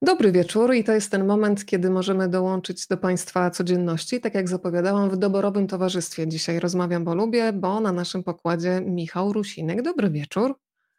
Dobry wieczór i to jest ten moment, kiedy możemy dołączyć do Państwa codzienności. Tak jak zapowiadałam, w doborowym towarzystwie dzisiaj rozmawiam, bo lubię, bo na naszym pokładzie Michał Rusinek. Dobry wieczór.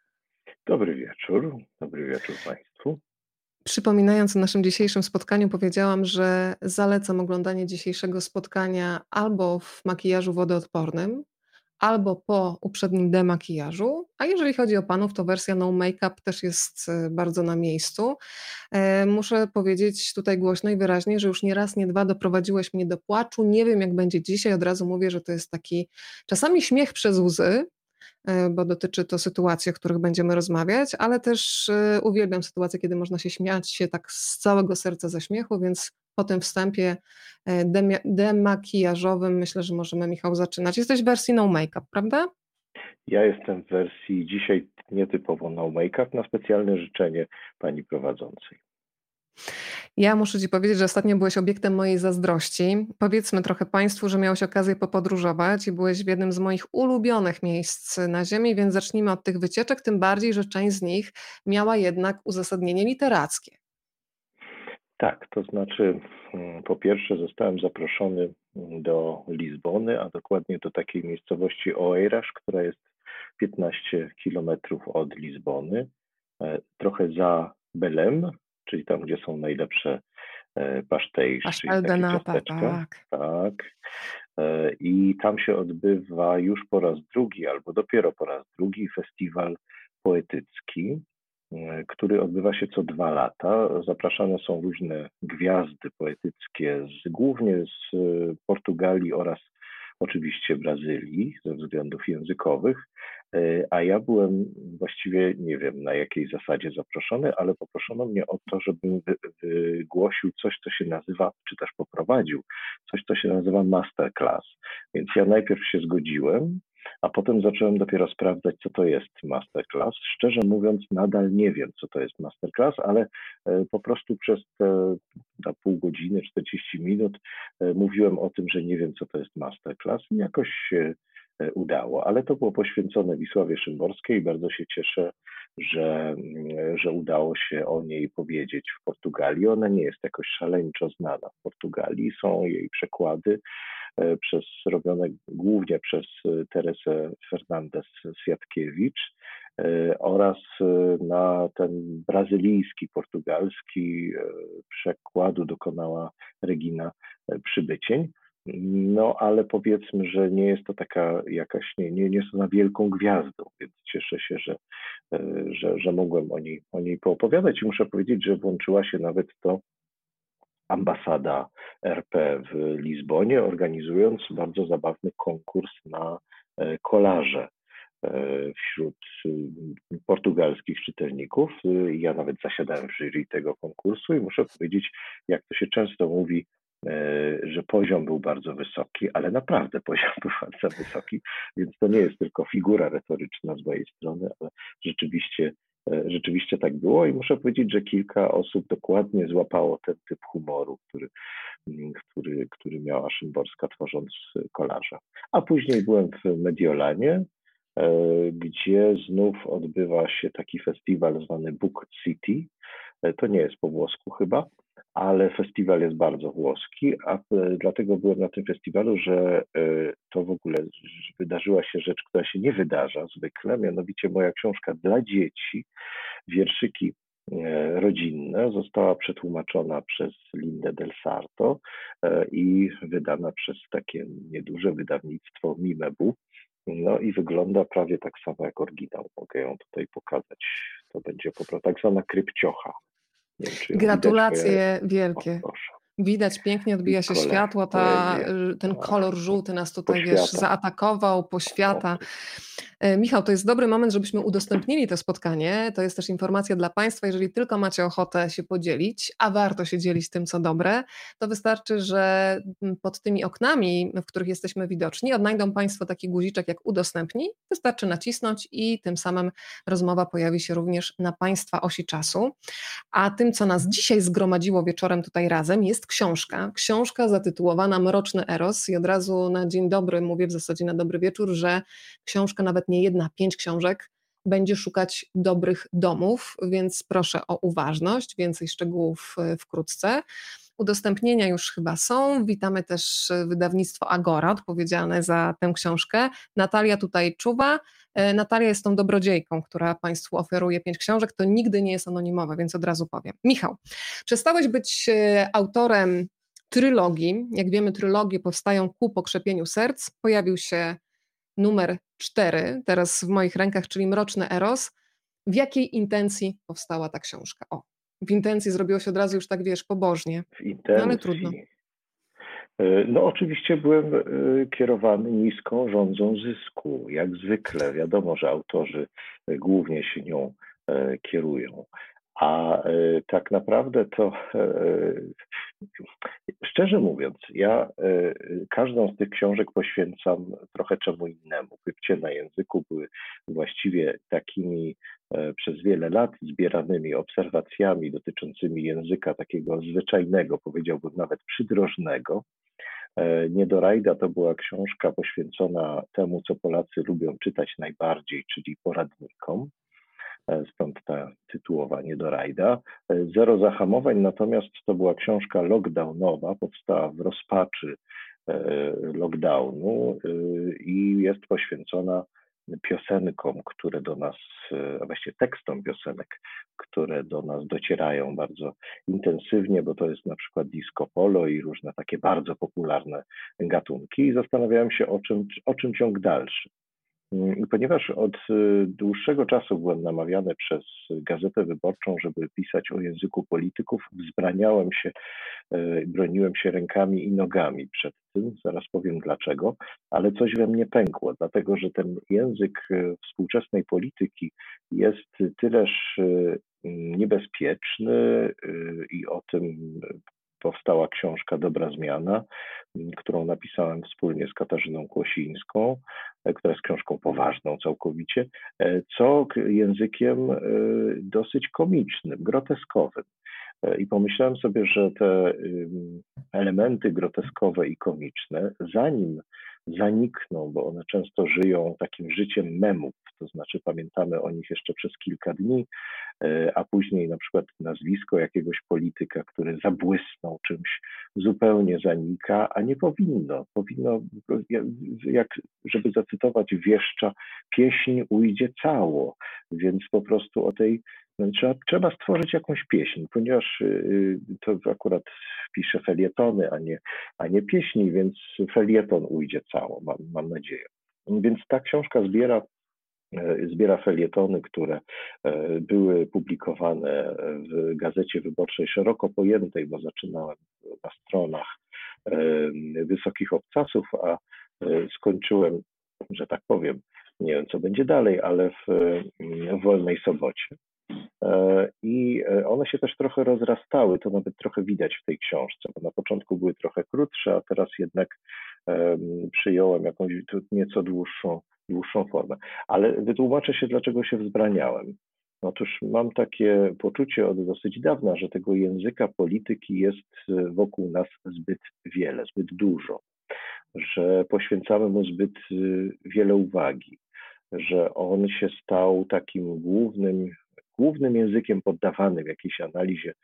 Dobry wieczór Państwu. Przypominając o naszym dzisiejszym spotkaniu, powiedziałam, że zalecam oglądanie dzisiejszego spotkania albo w makijażu wodoodpornym, albo po uprzednim demakijażu, a jeżeli chodzi o panów, to wersja no make-up też jest bardzo na miejscu. Muszę powiedzieć tutaj głośno i wyraźnie, że już nie raz, nie dwa doprowadziłeś mnie do płaczu. Nie wiem, jak będzie dzisiaj. Od razu mówię, że to jest taki czasami śmiech przez łzy, bo dotyczy to sytuacji, o których będziemy rozmawiać, ale też uwielbiam sytuację, kiedy można się śmiać się tak z całego serca ze śmiechu, więc po tym wstępie demakijażowym myślę, że możemy, Michał, zaczynać. Jesteś w wersji no make-up, prawda? Ja jestem w wersji dzisiaj nietypowo no make-up na specjalne życzenie pani prowadzącej. Ja muszę Ci powiedzieć, że ostatnio byłeś obiektem mojej zazdrości. Powiedzmy trochę Państwu, że miałeś okazję popodróżować i byłeś w jednym z moich ulubionych miejsc na Ziemi, więc zacznijmy od tych wycieczek, tym bardziej, że część z nich miała jednak uzasadnienie literackie. Tak, to znaczy po pierwsze zostałem zaproszony do Lizbony, a dokładnie do takiej miejscowości Oeiras, która jest 15 kilometrów od Lizbony, trochę za Belém, czyli tam, gdzie są najlepsze pastéis, czyli Pastel de takie nata, ciasteczka. tak. Tak. I tam się odbywa już po raz drugi, albo dopiero po raz drugi festiwal poetycki, który odbywa się co 2 lata. Zapraszane są różne gwiazdy poetyckie, głównie z Portugalii oraz oczywiście Brazylii ze względów językowych, a ja byłem właściwie nie wiem na jakiej zasadzie zaproszony, ale poproszono mnie o to, żebym wygłosił coś, co się nazywa, czy też poprowadził coś, co się nazywa masterclass. Więc ja najpierw się zgodziłem, a potem zacząłem dopiero sprawdzać, co to jest masterclass. Szczerze mówiąc, nadal nie wiem, co to jest masterclass, ale po prostu przez te pół godziny, 40 minut mówiłem o tym, że nie wiem, co to jest masterclass i jakoś się udało. Ale to było poświęcone Wisławie Szymborskiej i bardzo się cieszę, że udało się o niej powiedzieć w Portugalii. Ona nie jest jakoś szaleńczo znana w Portugalii. Są jej przekłady robione głównie przez Teresę Fernandes Świadkiewicz oraz na ten brazylijski, portugalski przekładu dokonała Regina Przybycień. No ale powiedzmy, że nie jest to taka jakaś, nie jest ona wielką gwiazdą, więc cieszę się, że mogłem o niej poopowiadać i muszę powiedzieć, że włączyła się nawet to ambasada RP w Lizbonie, organizując bardzo zabawny konkurs na kolarze wśród portugalskich czytelników. Ja nawet zasiadałem w jury tego konkursu i muszę powiedzieć, jak to się często mówi, że poziom był bardzo wysoki, ale naprawdę poziom był bardzo wysoki, więc to nie jest tylko figura retoryczna z mojej strony, ale rzeczywiście tak było i muszę powiedzieć, że kilka osób dokładnie złapało ten typ humoru, który miała Szymborska tworząc kolarza. A później byłem w Mediolanie, gdzie znów odbywa się taki festiwal zwany Book City. To nie jest po włosku chyba, ale festiwal jest bardzo włoski, a dlatego byłem na tym festiwalu, że to w ogóle wydarzyła się rzecz, która się nie wydarza zwykle, mianowicie moja książka dla dzieci, wierszyki rodzinne, została przetłumaczona przez Lindę del Sarto i wydana przez takie nieduże wydawnictwo Mimebu. No i wygląda prawie tak samo jak oryginał. Mogę ją tutaj pokazać. To będzie po prostu tak zwana krypciocha. Nie wiem, czy ją Gratulacje widać, wielkie. proszę. Widać pięknie, odbija się światło, ten kolor żółty nas tutaj, wiesz, zaatakował, poświata. Michał, to jest dobry moment, żebyśmy udostępnili to spotkanie. To jest też informacja dla Państwa, jeżeli tylko macie ochotę się podzielić, a warto się dzielić tym, co dobre, to wystarczy, że pod tymi oknami, w których jesteśmy widoczni, odnajdą Państwo taki guziczek jak udostępnij. Wystarczy nacisnąć i tym samym rozmowa pojawi się również na Państwa osi czasu. A tym, co nas dzisiaj zgromadziło wieczorem tutaj razem, jest książka zatytułowana Mroczny Eros i od razu na dzień dobry mówię, w zasadzie na dobry wieczór, że książka nawet nie jedna, 5 książek będzie szukać dobrych domów, więc proszę o uważność, więcej szczegółów wkrótce. Udostępnienia już chyba są. Witamy też wydawnictwo Agora, odpowiedzialne za tę książkę. Natalia tutaj czuwa. Natalia jest tą dobrodziejką, która Państwu oferuje 5 książek. To nigdy nie jest anonimowe, więc od razu powiem. Michał, przestałeś być autorem trylogii. Jak wiemy, trylogie powstają ku pokrzepieniu serc. Pojawił się numer 4, teraz w moich rękach, czyli Mroczny Eros. W jakiej intencji powstała ta książka? O, w intencji zrobiło się od razu już tak, wiesz, pobożnie. W No ale trudno. intencji. No oczywiście byłem kierowany niską rządzą zysku, jak zwykle. Wiadomo, że autorzy głównie się nią kierują. A tak naprawdę to, szczerze mówiąc, ja każdą z tych książek poświęcam trochę czemu innemu. Prypcie na języku były właściwie takimi przez wiele lat zbieranymi obserwacjami dotyczącymi języka takiego zwyczajnego, powiedziałbym nawet przydrożnego. Niedorajda to była książka poświęcona temu, co Polacy lubią czytać najbardziej, czyli poradnikom. Stąd ta tytułowa Niedorajda. Zero zahamowań natomiast to była książka lockdownowa, powstała w rozpaczy lockdownu i jest poświęcona piosenkom, które do nas, a właściwie tekstom piosenek, które do nas docierają bardzo intensywnie, bo to jest na przykład disco polo i różne takie bardzo popularne gatunki. I zastanawiałem się, o czym ciąg dalszy. I ponieważ od dłuższego czasu byłem namawiany przez Gazetę Wyborczą, żeby pisać o języku polityków, wzbraniałem się, broniłem się rękami i nogami przed tym, zaraz powiem dlaczego, ale coś we mnie pękło, dlatego że ten język współczesnej polityki jest tyleż niebezpieczny i o tym powstała książka Dobra Zmiana, którą napisałem wspólnie z Katarzyną Kłosińską, która jest książką poważną całkowicie, co językiem dosyć komicznym, groteskowym. I pomyślałem sobie, że te elementy groteskowe i komiczne, zanim zanikną, bo one często żyją takim życiem memów, to znaczy pamiętamy o nich jeszcze przez kilka dni, a później na przykład nazwisko jakiegoś polityka, który zabłysnął czymś, zupełnie zanika, a nie powinno. Powinno, jak, żeby zacytować Wieszcza, pieśń ujdzie cało, więc po prostu o tej trzeba stworzyć jakąś pieśń, ponieważ to akurat piszę felietony, a nie pieśni, więc felieton ujdzie cało, mam nadzieję. Więc ta książka zbiera felietony, które były publikowane w Gazecie Wyborczej szeroko pojętej, bo zaczynałem na stronach Wysokich Obcasów, a skończyłem, że tak powiem, nie wiem co będzie dalej, ale w Wolnej Sobocie. I one się też trochę rozrastały, to nawet trochę widać w tej książce, bo na początku były trochę krótsze, a teraz jednak przyjąłem jakąś nieco dłuższą formę. Ale wytłumaczę się, dlaczego się wzbraniałem. Otóż mam takie poczucie od dosyć dawna, że tego języka polityki jest wokół nas zbyt wiele, zbyt dużo, że poświęcamy mu zbyt wiele uwagi, że on się stał takim głównym językiem poddawanym jakiejś analizie,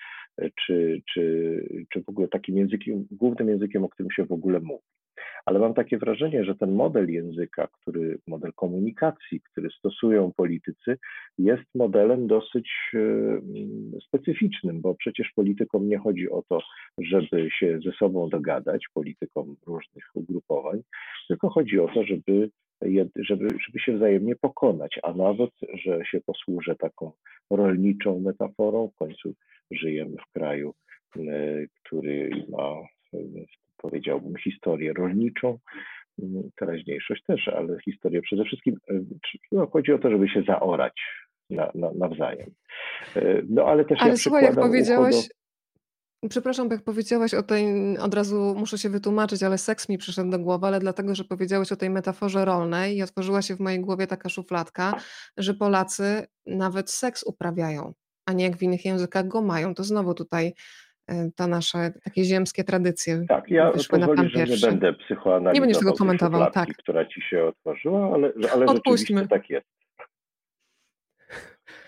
czy w ogóle takim głównym językiem, o którym się w ogóle mówi. Ale mam takie wrażenie, że ten model języka, model komunikacji, który stosują politycy, jest modelem dosyć specyficznym, bo przecież politykom nie chodzi o to, żeby się ze sobą dogadać, politykom różnych ugrupowań, tylko chodzi o to, żeby się wzajemnie pokonać, a nawet, że się posłużę taką rolniczą metaforą, w końcu żyjemy w kraju, który ma, powiedziałbym, historię rolniczą, teraźniejszość też, ale historię przede wszystkim, chodzi o to, żeby się zaorać nawzajem. No ale też ja słuchaj, jak przykładam powiedziałeś, przepraszam, bo jak powiedziałeś o tej, od razu muszę się wytłumaczyć, ale seks mi przyszedł do głowy, ale dlatego, że powiedziałeś o tej metaforze rolnej i otworzyła się w mojej głowie taka szufladka, że Polacy nawet seks uprawiają, a nie jak w innych językach go mają. To znowu tutaj te nasze takie ziemskie tradycje tak, ja wyszły na plan pozwolisz, że nie pierwszy. będę Nie będziesz tego psychoanalizował tej komentował, szufladki, tak. która ci się otworzyła, ale rzeczywiście Odpuśćmy. tak jest.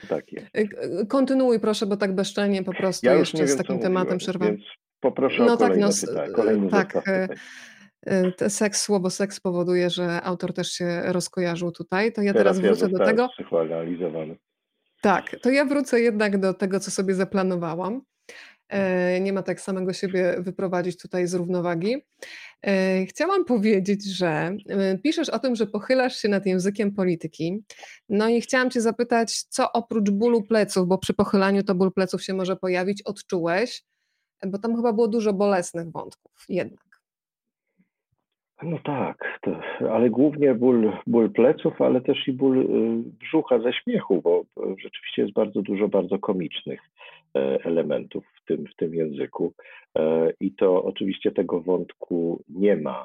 Tak jest. Kontynuuj proszę, bo tak bezczelnie po prostu Ja już nie jeszcze z wiem, co takim tematem mówiłem, przerwam. więc poproszę o No tak, kolejne pytanie, kolejny tak. zestaw pytań. Słowo seks powoduje, że autor też się rozkojarzył tutaj. To ja teraz Teraz ja wrócę do zostałem tego. psychoanalizowany. Tak, to ja wrócę jednak do tego, co sobie zaplanowałam. Nie ma tak samego siebie wyprowadzić tutaj z równowagi. Chciałam powiedzieć, że piszesz o tym, że pochylasz się nad językiem polityki. No i chciałam cię zapytać, co oprócz bólu pleców, bo przy pochylaniu to ból pleców się może pojawić, odczułeś? Bo tam chyba było dużo bolesnych wątków jednak. No tak, ale głównie ból pleców, ale też i ból brzucha ze śmiechu, bo rzeczywiście jest bardzo dużo bardzo komicznych elementów w tym języku. I to oczywiście tego wątku nie ma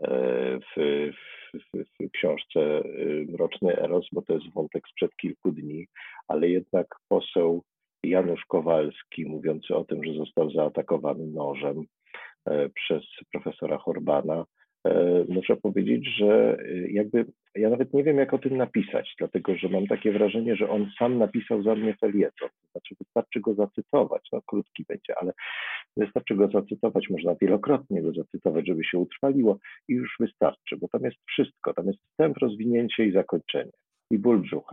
w książce Mroczny Eros, bo to jest wątek sprzed kilku dni, ale jednak poseł Janusz Kowalski, mówiący o tym, że został zaatakowany nożem przez profesora Horbana, muszę powiedzieć, że jakby ja nawet nie wiem, jak o tym napisać, dlatego że mam takie wrażenie, że on sam napisał za mnie felieton. To znaczy, wystarczy go zacytować, no krótki będzie, ale wystarczy go zacytować, można wielokrotnie go zacytować, żeby się utrwaliło i już wystarczy, bo tam jest wszystko, tam jest wstęp, rozwinięcie i zakończenie i ból brzucha.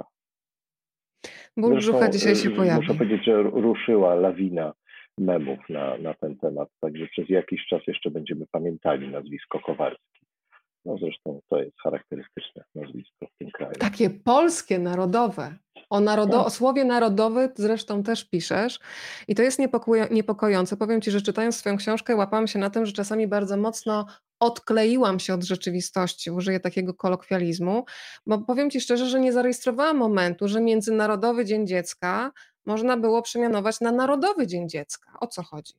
Ból brzucha Zresztą dzisiaj się muszę pojawi. powiedzieć, że ruszyła lawina memów na ten temat, także przez jakiś czas jeszcze będziemy pamiętali nazwisko Kowalski. No zresztą to jest charakterystyczne nazwisko w tym kraju. Takie polskie, narodowe. O słowie narodowy zresztą też piszesz i to jest niepokojące. Powiem ci, że czytając swoją książkę łapałam się na tym, że czasami bardzo mocno odkleiłam się od rzeczywistości, użyję takiego kolokwializmu, bo powiem ci szczerze, że nie zarejestrowałam momentu, że Międzynarodowy Dzień Dziecka można było przemianować na Narodowy Dzień Dziecka. O co chodzi?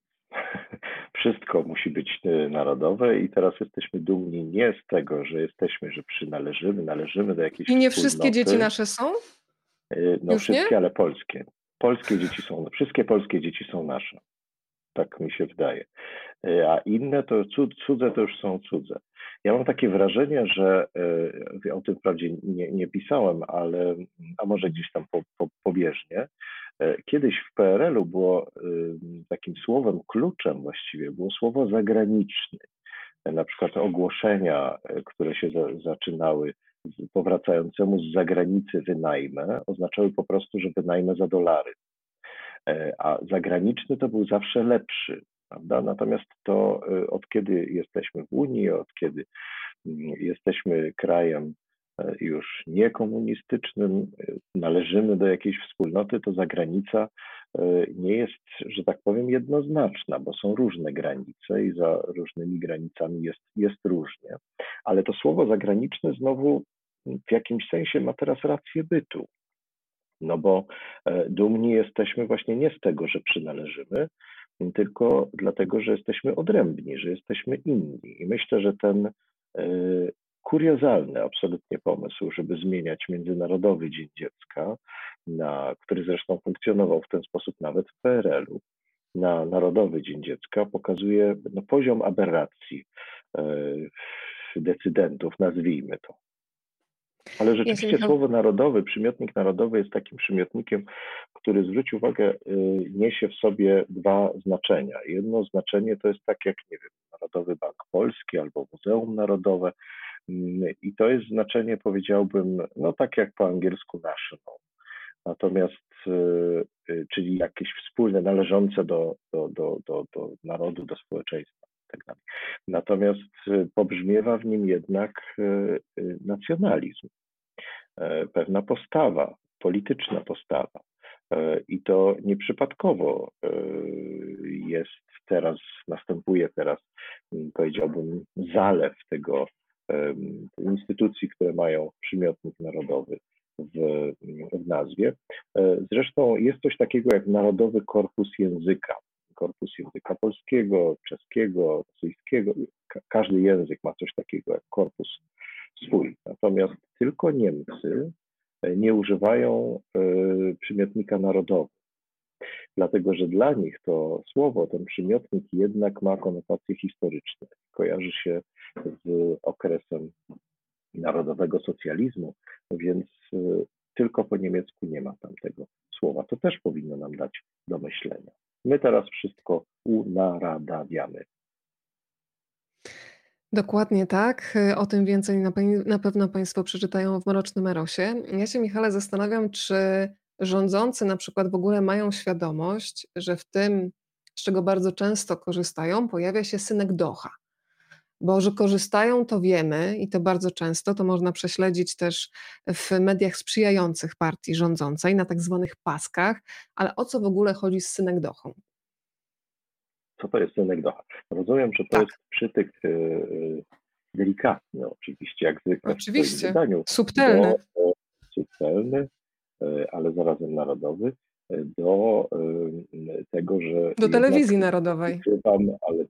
Wszystko musi być narodowe i teraz jesteśmy dumni nie z tego, że należymy do jakiejś I nie wszystkie dzieci wspólnoty, nasze są? no Już nie? wszystkie, ale polskie. Wszystkie polskie dzieci są nasze. Tak mi się wydaje. A inne to cudze to już są cudze. Ja mam takie wrażenie, że o tym wprawdzie nie pisałem, ale a może gdzieś tam pobieżnie. Kiedyś w PRL-u było takim słowem kluczem właściwie, było słowo zagraniczny. Na przykład ogłoszenia, które się zaczynały powracającemu z zagranicy wynajmę, oznaczały po prostu, że wynajmę za dolary. A zagraniczny to był zawsze lepszy, prawda? Natomiast to od kiedy jesteśmy w Unii, od kiedy jesteśmy krajem już niekomunistycznym, należymy do jakiejś wspólnoty, to zagranica nie jest, że tak powiem, jednoznaczna, bo są różne granice i za różnymi granicami jest różnie. Ale to słowo zagraniczne znowu w jakimś sensie ma teraz rację bytu. No bo dumni jesteśmy właśnie nie z tego, że przynależymy, tylko dlatego, że jesteśmy odrębni, że jesteśmy inni. I myślę, że ten kuriozalny absolutnie pomysł, żeby zmieniać Międzynarodowy Dzień Dziecka, który zresztą funkcjonował w ten sposób nawet w PRL-u, na Narodowy Dzień Dziecka, pokazuje poziom aberracji decydentów, nazwijmy to. Ale Ja się, rzeczywiście Michał, słowo narodowy, przymiotnik narodowy jest takim przymiotnikiem, który, zwróć uwagę, niesie w sobie dwa znaczenia. Jedno znaczenie to jest tak jak, nie wiem, Narodowy Bank Polski albo Muzeum Narodowe i to jest znaczenie, powiedziałbym, no tak jak po angielsku national. Natomiast, czyli jakieś wspólne, należące do narodu, do społeczeństwa itd. Natomiast pobrzmiewa w nim jednak nacjonalizm, pewna postawa, polityczna postawa. I to nieprzypadkowo następuje teraz, powiedziałbym, zalew tego instytucji, które mają przymiotnik narodowy w nazwie. Zresztą jest coś takiego jak Narodowy Korpus Języka. Korpus języka polskiego, czeskiego, rosyjskiego. Każdy język ma coś takiego jak korpus swój. Natomiast tylko Niemcy nie używają przymiotnika narodowy. Dlatego, że dla nich to słowo, ten przymiotnik jednak ma konotacje historyczne. Kojarzy się z okresem narodowego socjalizmu, więc tylko po niemiecku nie ma tam tego słowa. To też powinno nam dać do myślenia. My teraz wszystko unaradawiamy. Dokładnie tak. O tym więcej na pewno Państwo przeczytają w Mrocznym Erosie. Ja się, Michale, zastanawiam, czy rządzący na przykład w ogóle mają świadomość, że w tym, z czego bardzo często korzystają, pojawia się synekdocha. Bo że korzystają, to wiemy i to bardzo często, to można prześledzić też w mediach sprzyjających partii rządzącej, na tak zwanych paskach, ale o co w ogóle chodzi z synekdochą? Co to jest synekdocha? Rozumiem, że to Tak, jest przytyk delikatny, oczywiście, jak zwykle w swoim oczywiście, wydaniu, subtelny, do subtelny, ale zarazem narodowy, do tego, że do jednak telewizji narodowej. używam, ale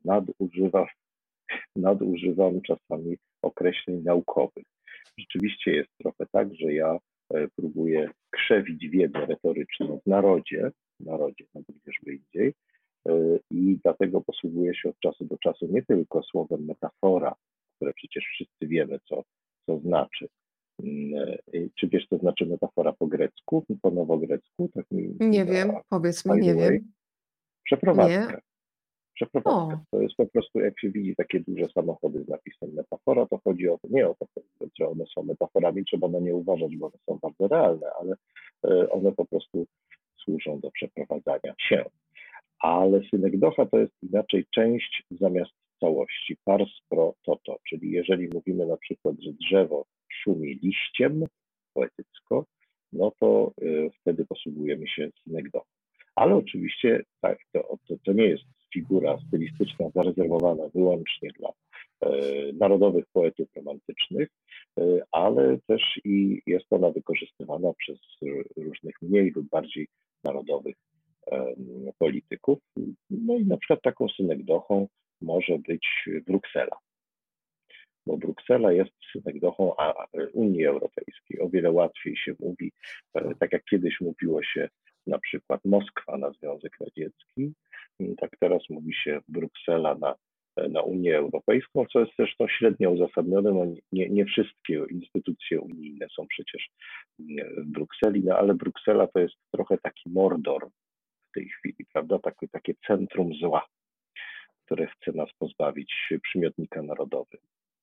nadużywam czasami określeń naukowych. Rzeczywiście jest trochę tak, że ja próbuję krzewić wiedzę retoryczną w narodzie, no gdzieżby indziej, i dlatego posługuję się od czasu do czasu nie tylko słowem metafora, które przecież wszyscy wiemy, co znaczy. Czy wiesz, co znaczy metafora po grecku, po nowogrecku? Tak mi, Nie wiem, powiedz mi, by the nie way, wiem. Nie. przeprowadzkę. Przeprowadzkę. O, To jest po prostu, jak się widzi takie duże samochody z napisem metafora, to chodzi o to, nie o to, że one są metaforami, trzeba na nie uważać, bo one są bardzo realne, ale one po prostu służą do przeprowadzania się. Ale synekdocha to jest inaczej część zamiast całości. Pars pro toto, czyli jeżeli mówimy na przykład, że drzewo szumi liściem poetycko, no to wtedy posługujemy się synekdochą. Ale oczywiście tak, to nie jest figura stylistyczna zarezerwowana wyłącznie dla narodowych poetów romantycznych, ale też i jest ona wykorzystywana przez różnych mniej lub bardziej narodowych polityków. No i na przykład taką synekdochą może być Bruksela, bo Bruksela jest synekdochą Unii Europejskiej. O wiele łatwiej się mówi, tak jak kiedyś mówiło się na przykład Moskwa na Związek Radziecki, tak teraz mówi się Bruksela na Unię Europejską, co jest zresztą średnio uzasadnione. No nie wszystkie instytucje unijne są przecież w Brukseli, no ale Bruksela to jest trochę taki Mordor w tej chwili, prawda? Takie centrum zła, które chce nas pozbawić przymiotnika narodowy.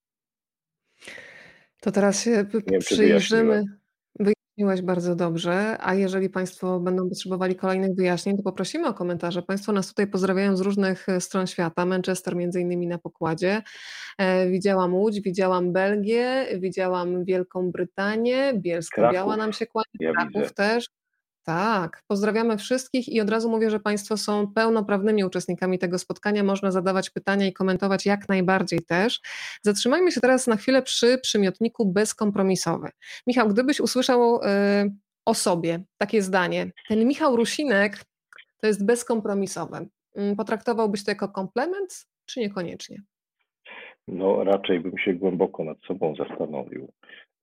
to teraz się Nie wiem, czy przyjrzymy. wyjaśniłem. Wyjaśniłaś bardzo dobrze, a jeżeli Państwo będą potrzebowali kolejnych wyjaśnień, to poprosimy o komentarze. Państwo nas tutaj pozdrawiają z różnych stron świata. Manchester między innymi na pokładzie. Widziałam Łódź, widziałam Belgię, widziałam Wielką Brytanię, Bielsko-Biała Kraków, nam się kłania, ja widzę. Kraków też. Tak, pozdrawiamy wszystkich i od razu mówię, że Państwo są pełnoprawnymi uczestnikami tego spotkania. Można zadawać pytania i komentować jak najbardziej też. Zatrzymajmy się teraz na chwilę przy przymiotniku bezkompromisowy. Michał, gdybyś usłyszał o sobie takie zdanie, ten Michał Rusinek to jest bezkompromisowy. Potraktowałbyś to jako komplement, czy niekoniecznie? No raczej bym się głęboko nad sobą zastanowił,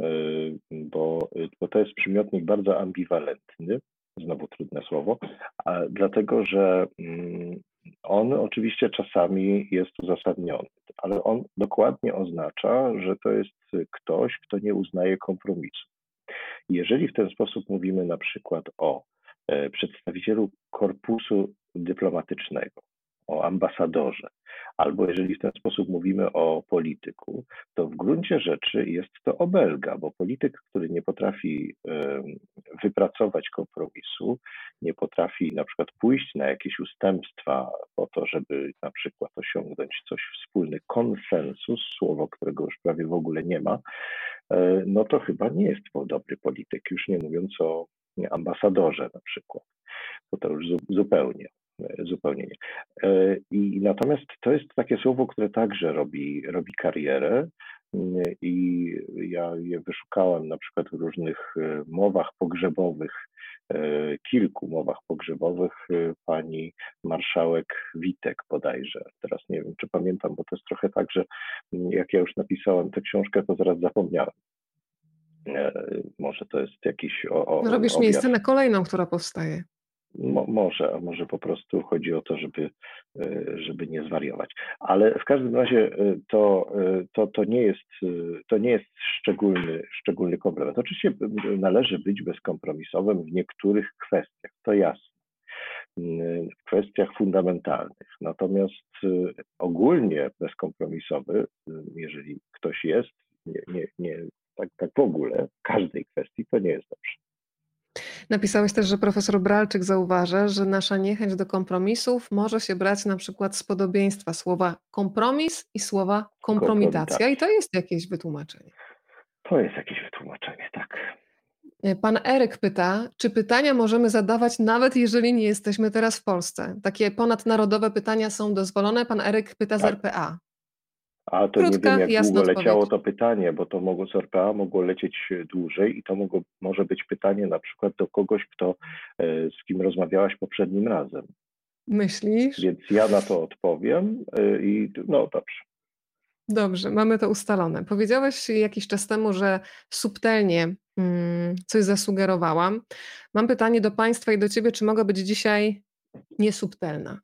bo to jest przymiotnik bardzo ambiwalentny, znowu trudne słowo, dlatego że on oczywiście czasami jest uzasadniony, ale on dokładnie oznacza, że to jest ktoś, kto nie uznaje kompromisu. Jeżeli w ten sposób mówimy na przykład o przedstawicielu korpusu dyplomatycznego, o ambasadorze, albo jeżeli w ten sposób mówimy o polityku, to w gruncie rzeczy jest to obelga, bo polityk, który nie potrafi wypracować kompromisu, nie potrafi na przykład pójść na jakieś ustępstwa po to, żeby na przykład osiągnąć coś wspólny, konsensus, słowo, którego już prawie w ogóle nie ma, no to chyba nie jest to dobry polityk, już nie mówiąc o ambasadorze na przykład, bo to już zupełnie nie. I natomiast to jest takie słowo, które także robi karierę i ja je wyszukałem na przykład w różnych mowach pogrzebowych, kilku mowach pogrzebowych pani marszałek Witek bodajże. Teraz nie wiem, czy pamiętam, bo to jest trochę tak, że jak ja już napisałem tę książkę, to zaraz zapomniałem. Może to jest jakiś Robisz objaw. miejsce na kolejną, która powstaje. Może, a może po prostu chodzi o to, żeby nie zwariować. Ale w każdym razie to nie jest szczególny komplement. Oczywiście należy być bezkompromisowym w niektórych kwestiach, to jasne, w kwestiach fundamentalnych. Natomiast ogólnie bezkompromisowy, jeżeli ktoś jest, tak w ogóle, w każdej kwestii, to nie jest dobrze. Napisałeś też, że profesor Bralczyk zauważa, że nasza niechęć do kompromisów może się brać na przykład z podobieństwa słowa kompromis i słowa kompromitacja. I to jest jakieś wytłumaczenie. To jest jakieś wytłumaczenie, tak. Pan Eryk pyta, czy pytania możemy zadawać nawet jeżeli nie jesteśmy teraz w Polsce? Takie ponadnarodowe pytania są dozwolone? Pan Eryk pyta z Tak. RPA. A to Krótka, nie wiem, jak jasna długo leciało odpowiedź. to pytanie, bo to z RPA mogło lecieć dłużej i to może być pytanie na przykład do kogoś, z kim rozmawiałaś poprzednim razem. Myślisz? Więc ja na to odpowiem i no dobrze. Dobrze, mamy to ustalone. Powiedziałeś jakiś czas temu, że subtelnie coś zasugerowałam. Mam pytanie do Państwa i do Ciebie, czy mogę być dzisiaj niesubtelna?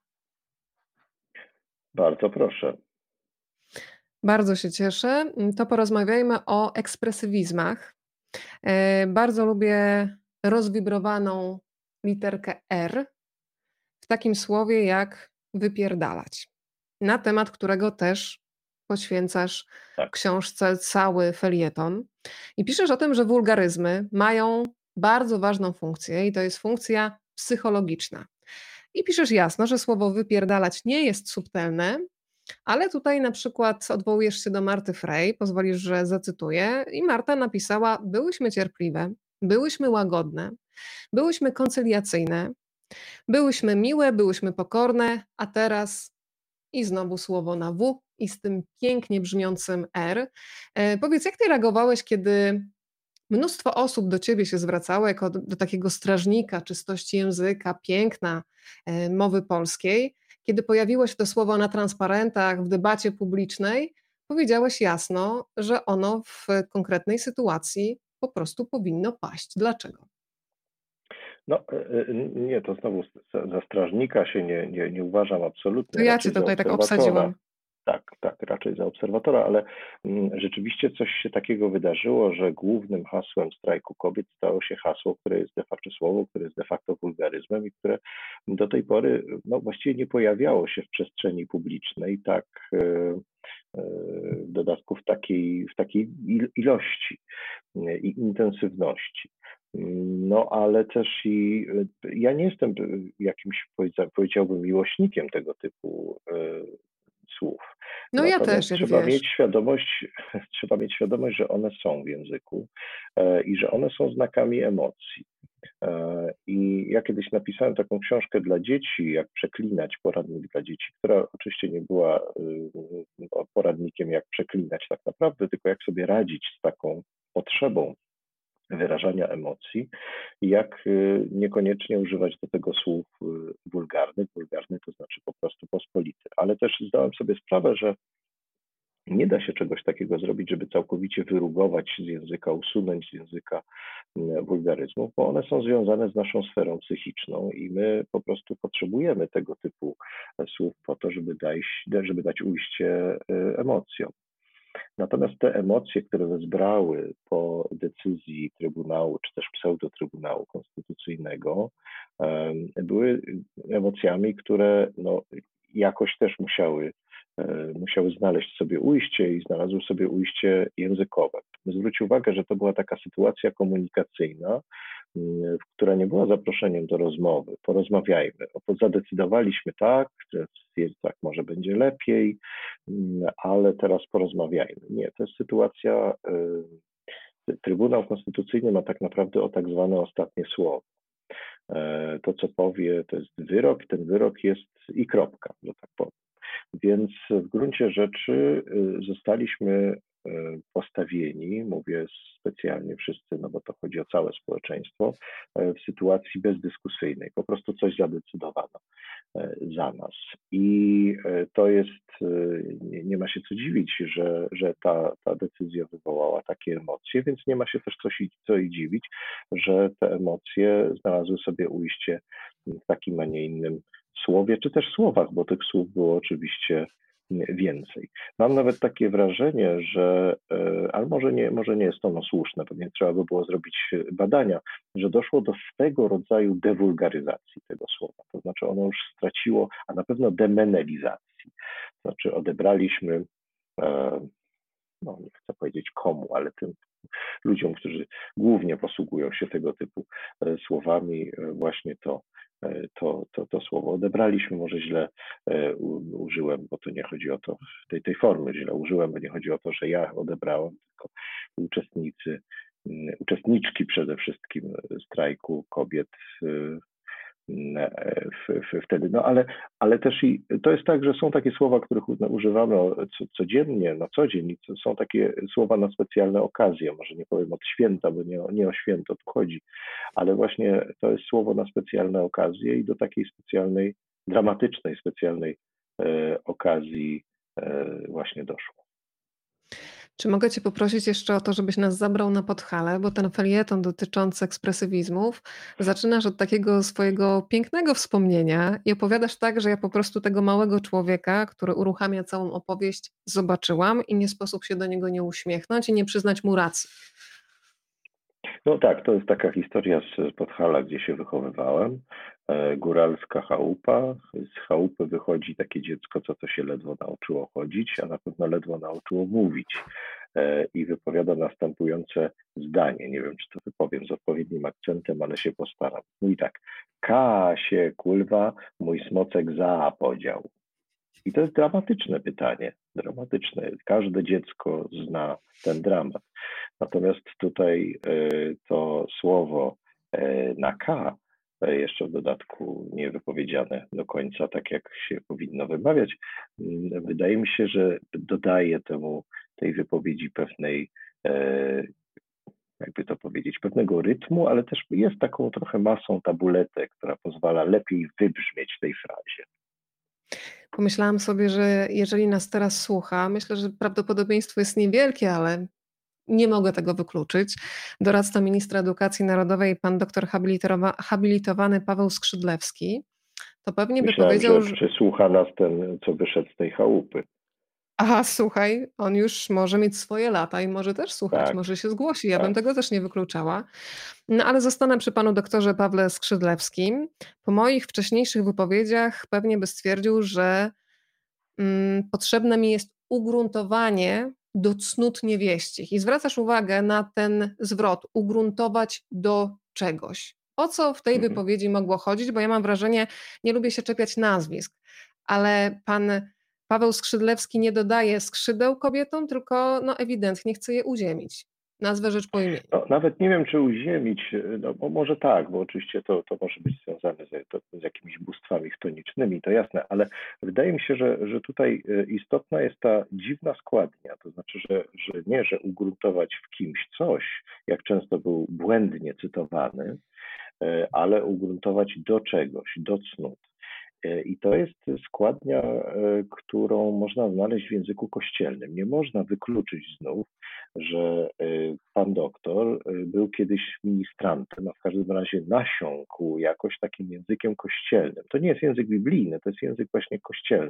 Bardzo proszę. Bardzo się cieszę. To porozmawiajmy o ekspresywizmach. Bardzo lubię rozwibrowaną literkę R w takim słowie jak wypierdalać, na temat którego też poświęcasz w Tak. książce cały felieton. I piszesz o tym, że wulgaryzmy mają bardzo ważną funkcję i to jest funkcja psychologiczna. I piszesz jasno, że słowo wypierdalać nie jest subtelne, ale tutaj na przykład odwołujesz się do Marty Frey, pozwolisz, że zacytuję, i Marta napisała: byłyśmy cierpliwe, byłyśmy łagodne, byłyśmy koncyliacyjne, byłyśmy miłe, byłyśmy pokorne, a teraz i znowu słowo na W i z tym pięknie brzmiącym R. Powiedz, jak ty reagowałeś, kiedy mnóstwo osób do ciebie się zwracało jako do takiego strażnika czystości języka, piękna mowy polskiej. Kiedy pojawiło się to słowo na transparentach, w debacie publicznej, powiedziałeś jasno, że ono w konkretnej sytuacji po prostu powinno paść. Dlaczego? No nie, to znowu za strażnika się nie uważam absolutnie. To ja cię Raczej za tutaj tak obserwatora. obsadziłam. Tak, raczej za obserwatora, ale rzeczywiście coś się takiego wydarzyło, że głównym hasłem strajku kobiet stało się hasło, które jest de facto słowo, które jest de facto wulgaryzmem i które do tej pory no, właściwie nie pojawiało się w przestrzeni publicznej tak w dodatku w takiej ilości i intensywności. No ale też ja nie jestem jakimś, powiedziałbym, miłośnikiem tego typu słów. No ja Natomiast też, jak wiesz. trzeba mieć świadomość, że one są w języku i że one są znakami emocji. I ja kiedyś napisałem taką książkę dla dzieci, jak przeklinać, poradnik dla dzieci, która oczywiście nie była poradnikiem, jak przeklinać tak naprawdę, tylko jak sobie radzić z taką potrzebą wyrażania emocji, jak niekoniecznie używać do tego słów wulgarnych. Wulgarny to znaczy po prostu pospolity. Ale też zdałem sobie sprawę, że nie da się czegoś takiego zrobić, żeby całkowicie wyrugować z języka, usunąć z języka wulgaryzmów, bo one są związane z naszą sferą psychiczną i my po prostu potrzebujemy tego typu słów po to, żeby dać ujście emocjom. Natomiast te emocje, które wezbrały po decyzji Trybunału, czy też pseudo-Trybunału Konstytucyjnego, były emocjami, które no, jakoś też musiały znaleźć sobie ujście i znalazły sobie ujście językowe. Zwróć uwagę, że to była taka sytuacja komunikacyjna, która nie była zaproszeniem do rozmowy. Porozmawiajmy. Zadecydowaliśmy tak, że tak może będzie lepiej, ale teraz porozmawiajmy. Nie, to jest sytuacja. Trybunał Konstytucyjny ma tak naprawdę o tak zwane ostatnie słowo. To, co powie, to jest wyrok, ten wyrok jest i kropka, że tak powiem. Więc w gruncie rzeczy zostaliśmy postawieni, mówię specjalnie wszyscy, no bo to chodzi o całe społeczeństwo, w sytuacji bezdyskusyjnej. Po prostu coś zadecydowano za nas. I to jest, nie ma się co dziwić, że ta decyzja wywołała takie emocje, więc nie ma się też co i dziwić, że te emocje znalazły sobie ujście w takim, a nie innym słowie, czy też słowach, bo tych słów było oczywiście więcej. Mam nawet takie wrażenie, że, ale może nie jest ono słuszne, pewnie trzeba by było zrobić badania, że doszło do swego rodzaju dewulgaryzacji tego słowa. To znaczy ono już straciło, a na pewno demenelizacji. To znaczy odebraliśmy, no nie chcę powiedzieć komu, ale tym ludziom, którzy głównie posługują się tego typu słowami, właśnie to słowo odebraliśmy, może źle użyłem, bo to nie chodzi o to, tej formy źle użyłem, bo nie chodzi o to, że ja odebrałem, tylko uczestniczki przede wszystkim strajku kobiet wtedy. No ale też i to jest tak, że są takie słowa, których używamy codziennie, na co dzień. I są takie słowa na specjalne okazje. Może nie powiem od święta, bo nie o święto tu chodzi, ale właśnie to jest słowo na specjalne okazje i do takiej specjalnej, dramatycznej, specjalnej okazji właśnie doszło. Czy mogę Cię poprosić jeszcze o to, żebyś nas zabrał na Podhale, bo ten felieton dotyczący ekspresywizmów zaczynasz od takiego swojego pięknego wspomnienia i opowiadasz tak, że ja po prostu tego małego człowieka, który uruchamia całą opowieść, zobaczyłam i nie sposób się do niego nie uśmiechnąć i nie przyznać mu racji. No tak, to jest taka historia z Podhala, gdzie się wychowywałem. Góralska chałupa. Z chałupy wychodzi takie dziecko, co to się ledwo nauczyło chodzić, a na pewno ledwo nauczyło mówić. I wypowiada następujące zdanie. Nie wiem, czy to wypowiem z odpowiednim akcentem, ale się postaram. Mówi tak. Się, kurwa, mój smocek podział. I to jest dramatyczne pytanie. Dramatyczne. Każde dziecko zna ten dramat. Natomiast tutaj to słowo na K, jeszcze w dodatku nie wypowiedziane do końca, tak jak się powinno wymawiać, wydaje mi się, że dodaje tej wypowiedzi pewnej, jakby to powiedzieć, pewnego rytmu, ale też jest taką trochę masą tabuletek, która pozwala lepiej wybrzmieć tej frazie. Pomyślałam sobie, że jeżeli nas teraz słucha, myślę, że prawdopodobieństwo jest niewielkie, ale nie mogę tego wykluczyć. Doradca ministra edukacji narodowej, pan doktor habilitowany Paweł Skrzydlewski, to pewnie by Myślałem, powiedział, że czy słucha nas ten, co wyszedł z tej chałupy. aha, słuchaj, on już może mieć swoje lata i może też słuchać, Tak, może się zgłosi. Ja bym tak. tego też nie wykluczała. No ale zostanę przy panu doktorze Pawle Skrzydlewskim. Po moich wcześniejszych wypowiedziach pewnie by stwierdził, że potrzebne mi jest ugruntowanie do cnót niewieścich. I zwracasz uwagę na ten zwrot, ugruntować do czegoś. O co w tej Mhm. wypowiedzi mogło chodzić? Bo ja mam wrażenie, nie lubię się czepiać nazwisk, ale pan Paweł Skrzydlewski nie dodaje skrzydeł kobietom, tylko no, ewidentnie chce je uziemić. Nazwę rzecz po imieniu. No, nawet nie wiem, czy uziemić, no, bo może tak, bo oczywiście to może być związane z jakimiś bóstwami chtonicznymi, to jasne, ale wydaje mi się, że tutaj istotna jest ta dziwna składnia, to znaczy, że nie, że ugruntować w kimś coś, jak często był błędnie cytowany, ale ugruntować do czegoś, do cnót. I to jest składnia, którą można znaleźć w języku kościelnym. Nie można wykluczyć znów, że pan doktor był kiedyś ministrantem, a w każdym razie nasiąkł jakoś takim językiem kościelnym. To nie jest język biblijny, to jest język właśnie kościelny.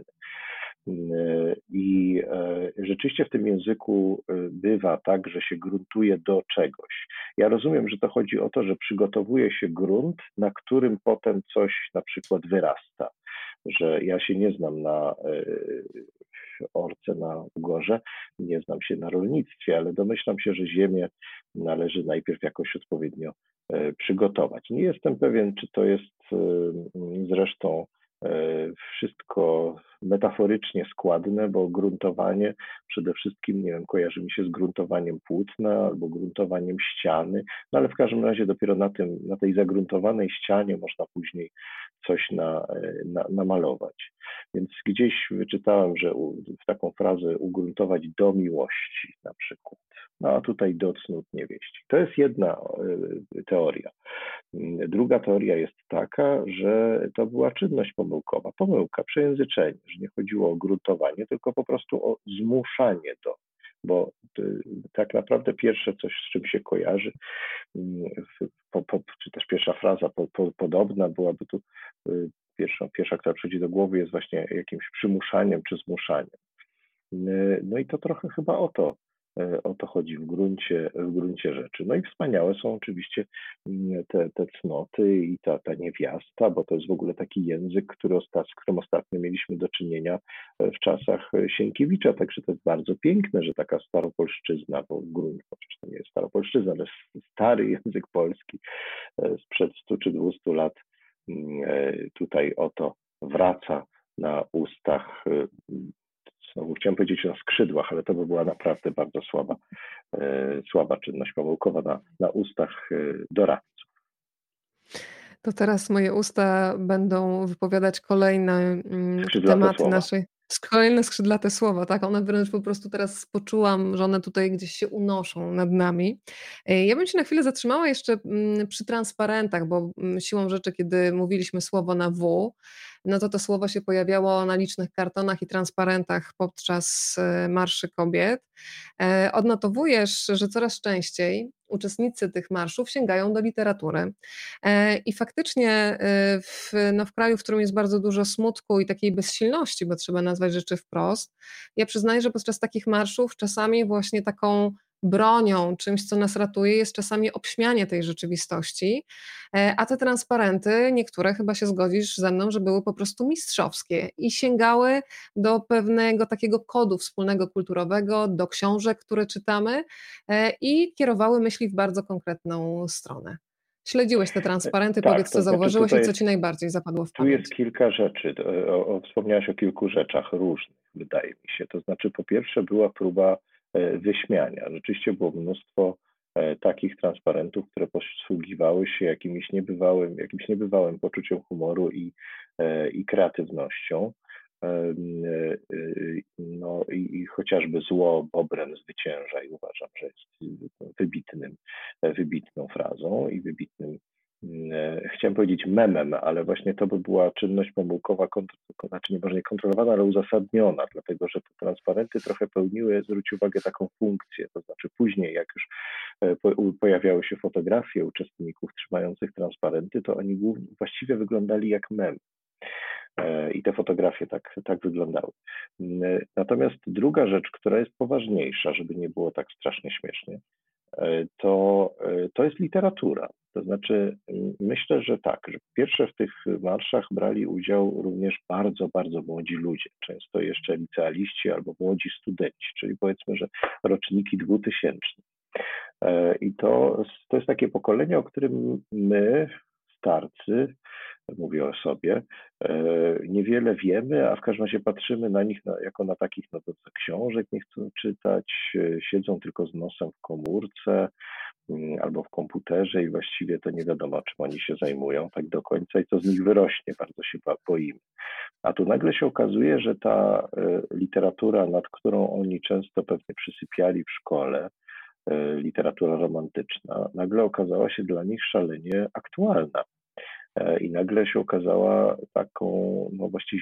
I rzeczywiście w tym języku bywa tak, że się gruntuje do czegoś. Ja rozumiem, że to chodzi o to, że przygotowuje się grunt, na którym potem coś na przykład wyrasta. Że ja się nie znam na orce, na ugorze, nie znam się na rolnictwie, ale domyślam się, że ziemię należy najpierw jakoś odpowiednio przygotować. Nie jestem pewien, czy to jest zresztą wszystko metaforycznie składne, bo gruntowanie przede wszystkim, nie wiem, kojarzy mi się z gruntowaniem płótna albo gruntowaniem ściany, no ale w każdym razie dopiero na tej zagruntowanej ścianie można później coś namalować. Więc gdzieś wyczytałem, że w taką frazę ugruntować do miłości na przykład. No a tutaj do cnót niewieści. To jest jedna teoria. Druga teoria jest taka, że to była czynność pomyłkowa. Pomyłka, przejęzyczenie, że nie chodziło o gruntowanie, tylko po prostu o zmuszanie do. Bo tak naprawdę pierwsze coś, z czym się kojarzy, czy też pierwsza fraza podobna byłaby tu, pierwsza, która przychodzi do głowy, jest właśnie jakimś przymuszaniem czy zmuszaniem. No i to trochę chyba o to chodzi w gruncie rzeczy. No i wspaniałe są oczywiście te cnoty i ta niewiasta, bo to jest w ogóle taki język, z którym ostatnio mieliśmy do czynienia w czasach Sienkiewicza, także to jest bardzo piękne, że taka staropolszczyzna, bo w gruncie, oczywiście to nie jest staropolszczyzna, ale stary język polski sprzed 100 czy 200 lat tutaj oto wraca na ustach. Znowu chciałem powiedzieć na skrzydłach, ale to by była naprawdę bardzo słaba czynność pomyłkowa na ustach doradców. To teraz moje usta będą wypowiadać kolejne tematy Słowa. kolejne skrzydlate słowa, tak? One wręcz po prostu teraz poczułam, że one tutaj gdzieś się unoszą nad nami. Ja bym się na chwilę zatrzymała jeszcze przy transparentach, bo siłą rzeczy, kiedy mówiliśmy słowo na W, no to słowo się pojawiało na licznych kartonach i transparentach podczas Marszy Kobiet. Odnotowujesz, że coraz częściej uczestnicy tych marszów sięgają do literatury. I faktycznie w kraju, w którym jest bardzo dużo smutku i takiej bezsilności, bo trzeba nazwać rzeczy wprost, ja przyznaję, że podczas takich marszów czasami właśnie taką bronią, czymś, co nas ratuje, jest czasami obśmianie tej rzeczywistości, a te transparenty, niektóre chyba się zgodzisz ze mną, że były po prostu mistrzowskie i sięgały do pewnego takiego kodu wspólnego kulturowego, do książek, które czytamy i kierowały myśli w bardzo konkretną stronę. Śledziłeś te transparenty, Tak, powiedz, to co znaczy zauważyłeś i tutaj co ci najbardziej zapadło w tu jest pamięć. kilka rzeczy. Wspomniałaś o kilku rzeczach różnych, wydaje mi się. To znaczy, po pierwsze była próba wyśmiania. Rzeczywiście było mnóstwo takich transparentów, które posługiwały się jakimś niebywałym poczuciem humoru i kreatywnością. No i chociażby zło bobrem zwycięża i uważam, że jest wybitną frazą i wybitnym, chciałem powiedzieć memem, ale właśnie to by była czynność pomyłkowa, znaczy może nie kontrolowana, ale uzasadniona, dlatego że te transparenty trochę pełniły, zwróć uwagę, taką funkcję, to znaczy później jak już pojawiały się fotografie uczestników trzymających transparenty, to oni właściwie wyglądali jak mem. I te fotografie tak wyglądały. Natomiast druga rzecz, która jest poważniejsza, żeby nie było tak strasznie śmiesznie, to jest literatura. To znaczy, myślę, że tak, że pierwsze w tych marszach brali udział również bardzo, bardzo młodzi ludzie, często jeszcze licealiści albo młodzi studenci, czyli powiedzmy, że roczniki 2000. I to jest takie pokolenie, o którym my, starcy, mówię o sobie, niewiele wiemy, a w każdym razie patrzymy na nich jako na takich, no to książek nie chcą czytać, siedzą tylko z nosem w komórce albo w komputerze i właściwie to nie wiadomo, czym oni się zajmują tak do końca i co z nich wyrośnie, bardzo się boimy. A tu nagle się okazuje, że ta literatura, nad którą oni często pewnie przysypiali w szkole, literatura romantyczna, nagle okazała się dla nich szalenie aktualna. I nagle się okazała taką, no właściwie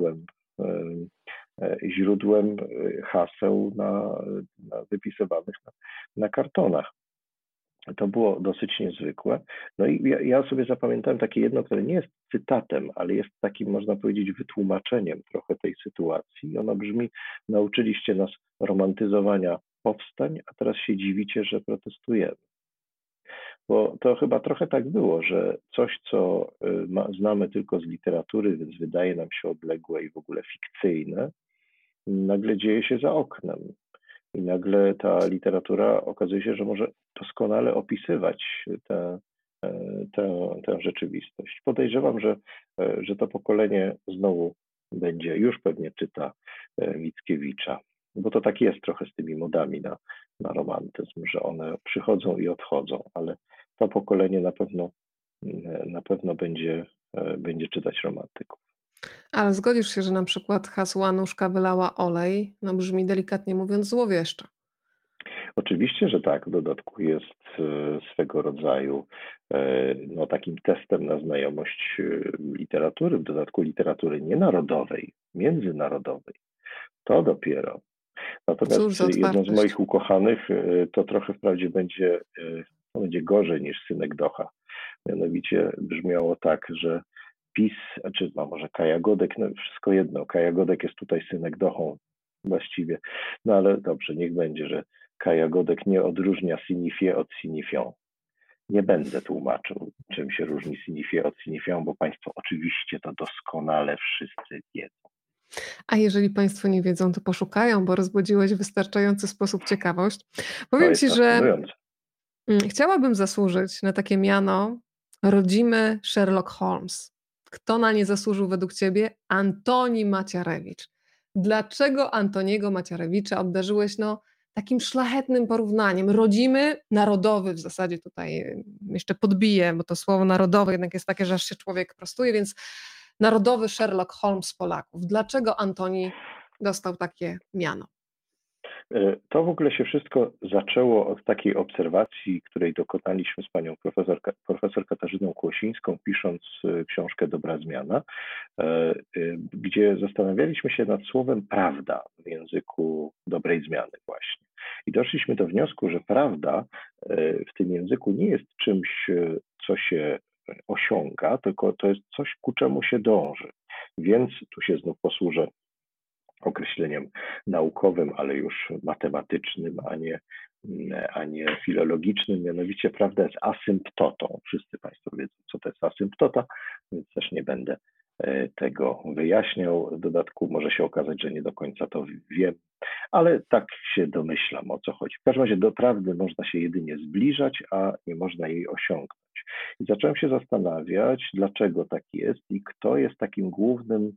źródłem haseł wypisywanych na kartonach. To było dosyć niezwykłe. No i ja sobie zapamiętałem takie jedno, które nie jest cytatem, ale jest takim, można powiedzieć, wytłumaczeniem trochę tej sytuacji. I ono brzmi: nauczyliście nas romantyzowania powstań, a teraz się dziwicie, że protestujemy. Bo to chyba trochę tak było, że coś, co znamy tylko z literatury, więc wydaje nam się odległe i w ogóle fikcyjne, nagle dzieje się za oknem. I nagle ta literatura okazuje się, że może doskonale opisywać tę rzeczywistość. Podejrzewam, że to pokolenie znowu już pewnie czyta Mickiewicza, bo to tak jest trochę z tymi modami na romantyzm, że one przychodzą i odchodzą, ale to pokolenie na pewno będzie czytać romantyków. Ale zgodzisz się, że na przykład hasło Anuszka wylała olej, no brzmi delikatnie mówiąc złowieszczo. Oczywiście, że tak. W dodatku jest swego rodzaju no, takim testem na znajomość literatury, w dodatku literatury nie narodowej, międzynarodowej. To dopiero. Natomiast Cóż za jedną z otwartość. moich ukochanych to trochę wprawdzie będzie gorzej niż Synek Docha. Mianowicie brzmiało tak, że PiS, czy no może Kaja Godek, no wszystko jedno, Kaja Godek jest tutaj Synek Dochą właściwie. No ale dobrze, niech będzie, że Kaja Godek nie odróżnia signifié od signifiant. Nie będę tłumaczył, czym się różni signifié od signifiant, bo Państwo oczywiście to doskonale wszyscy wiedzą. A jeżeli Państwo nie wiedzą, to poszukają, bo rozbudziłeś w wystarczający sposób ciekawość. To Powiem jest Ci, że fascynujące. chciałabym zasłużyć na takie miano rodzimy Sherlock Holmes. Kto na nie zasłużył według Ciebie? Antoni Macierewicz. Dlaczego Antoniego Macierewicza obdarzyłeś takim szlachetnym porównaniem? Rodzimy, narodowy w zasadzie tutaj jeszcze podbiję, bo to słowo narodowe jednak jest takie, że aż się człowiek prostuje, więc narodowy Sherlock Holmes Polaków. Dlaczego Antoni dostał takie miano? To w ogóle się wszystko zaczęło od takiej obserwacji, której dokonaliśmy z panią profesor Katarzyną Kłosińską, pisząc książkę Dobra Zmiana, gdzie zastanawialiśmy się nad słowem prawda w języku dobrej zmiany właśnie. I doszliśmy do wniosku, że prawda w tym języku nie jest czymś, co się osiąga, tylko to jest coś, ku czemu się dąży. Więc tu się znów posłużę określeniem naukowym, ale już matematycznym, a nie filologicznym. Mianowicie prawda jest asymptotą. Wszyscy Państwo wiedzą, co to jest asymptota, więc też nie będę tego wyjaśniał. W dodatku może się okazać, że nie do końca to wiem, ale tak się domyślam, o co chodzi. W każdym razie do prawdy można się jedynie zbliżać, a nie można jej osiągnąć. I zacząłem się zastanawiać, dlaczego tak jest i kto jest takim głównym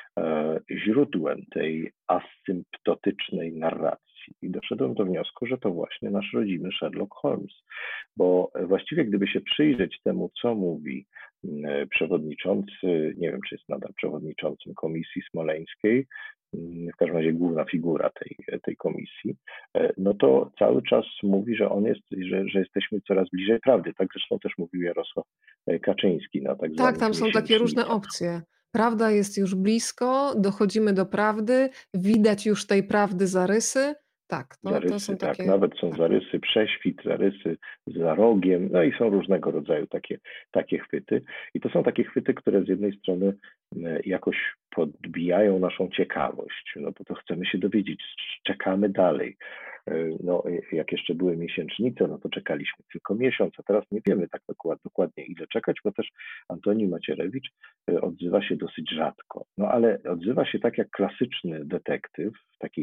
źródłem tej asymptotycznej narracji. I doszedłem do wniosku, że to właśnie nasz rodzimy Sherlock Holmes. Bo właściwie gdyby się przyjrzeć temu, co mówi przewodniczący, nie wiem, czy jest nadal przewodniczącym Komisji Smoleńskiej, w każdym razie główna figura tej komisji, no to cały czas mówi, że on jest, że jesteśmy coraz bliżej prawdy. Tak zresztą też mówił Jarosław Kaczyński na tak Tak, zwanych tam są takie różne miesięcznicach. opcje. Prawda jest już blisko, dochodzimy do prawdy, widać już tej prawdy zarysy. Tak, to są Zarysy, tak, takie. nawet są Tak. zarysy, prześwit, zarysy za rogiem, no i są różnego rodzaju takie chwyty. I to są takie chwyty, które z jednej strony jakoś podbijają naszą ciekawość, no bo to chcemy się dowiedzieć, czekamy dalej. No, jak jeszcze były miesięcznice, no to czekaliśmy tylko miesiąc, a teraz nie wiemy tak dokładnie ile czekać, bo też Antoni Macierewicz odzywa się dosyć rzadko. No ale odzywa się tak jak klasyczny detektyw, w takiej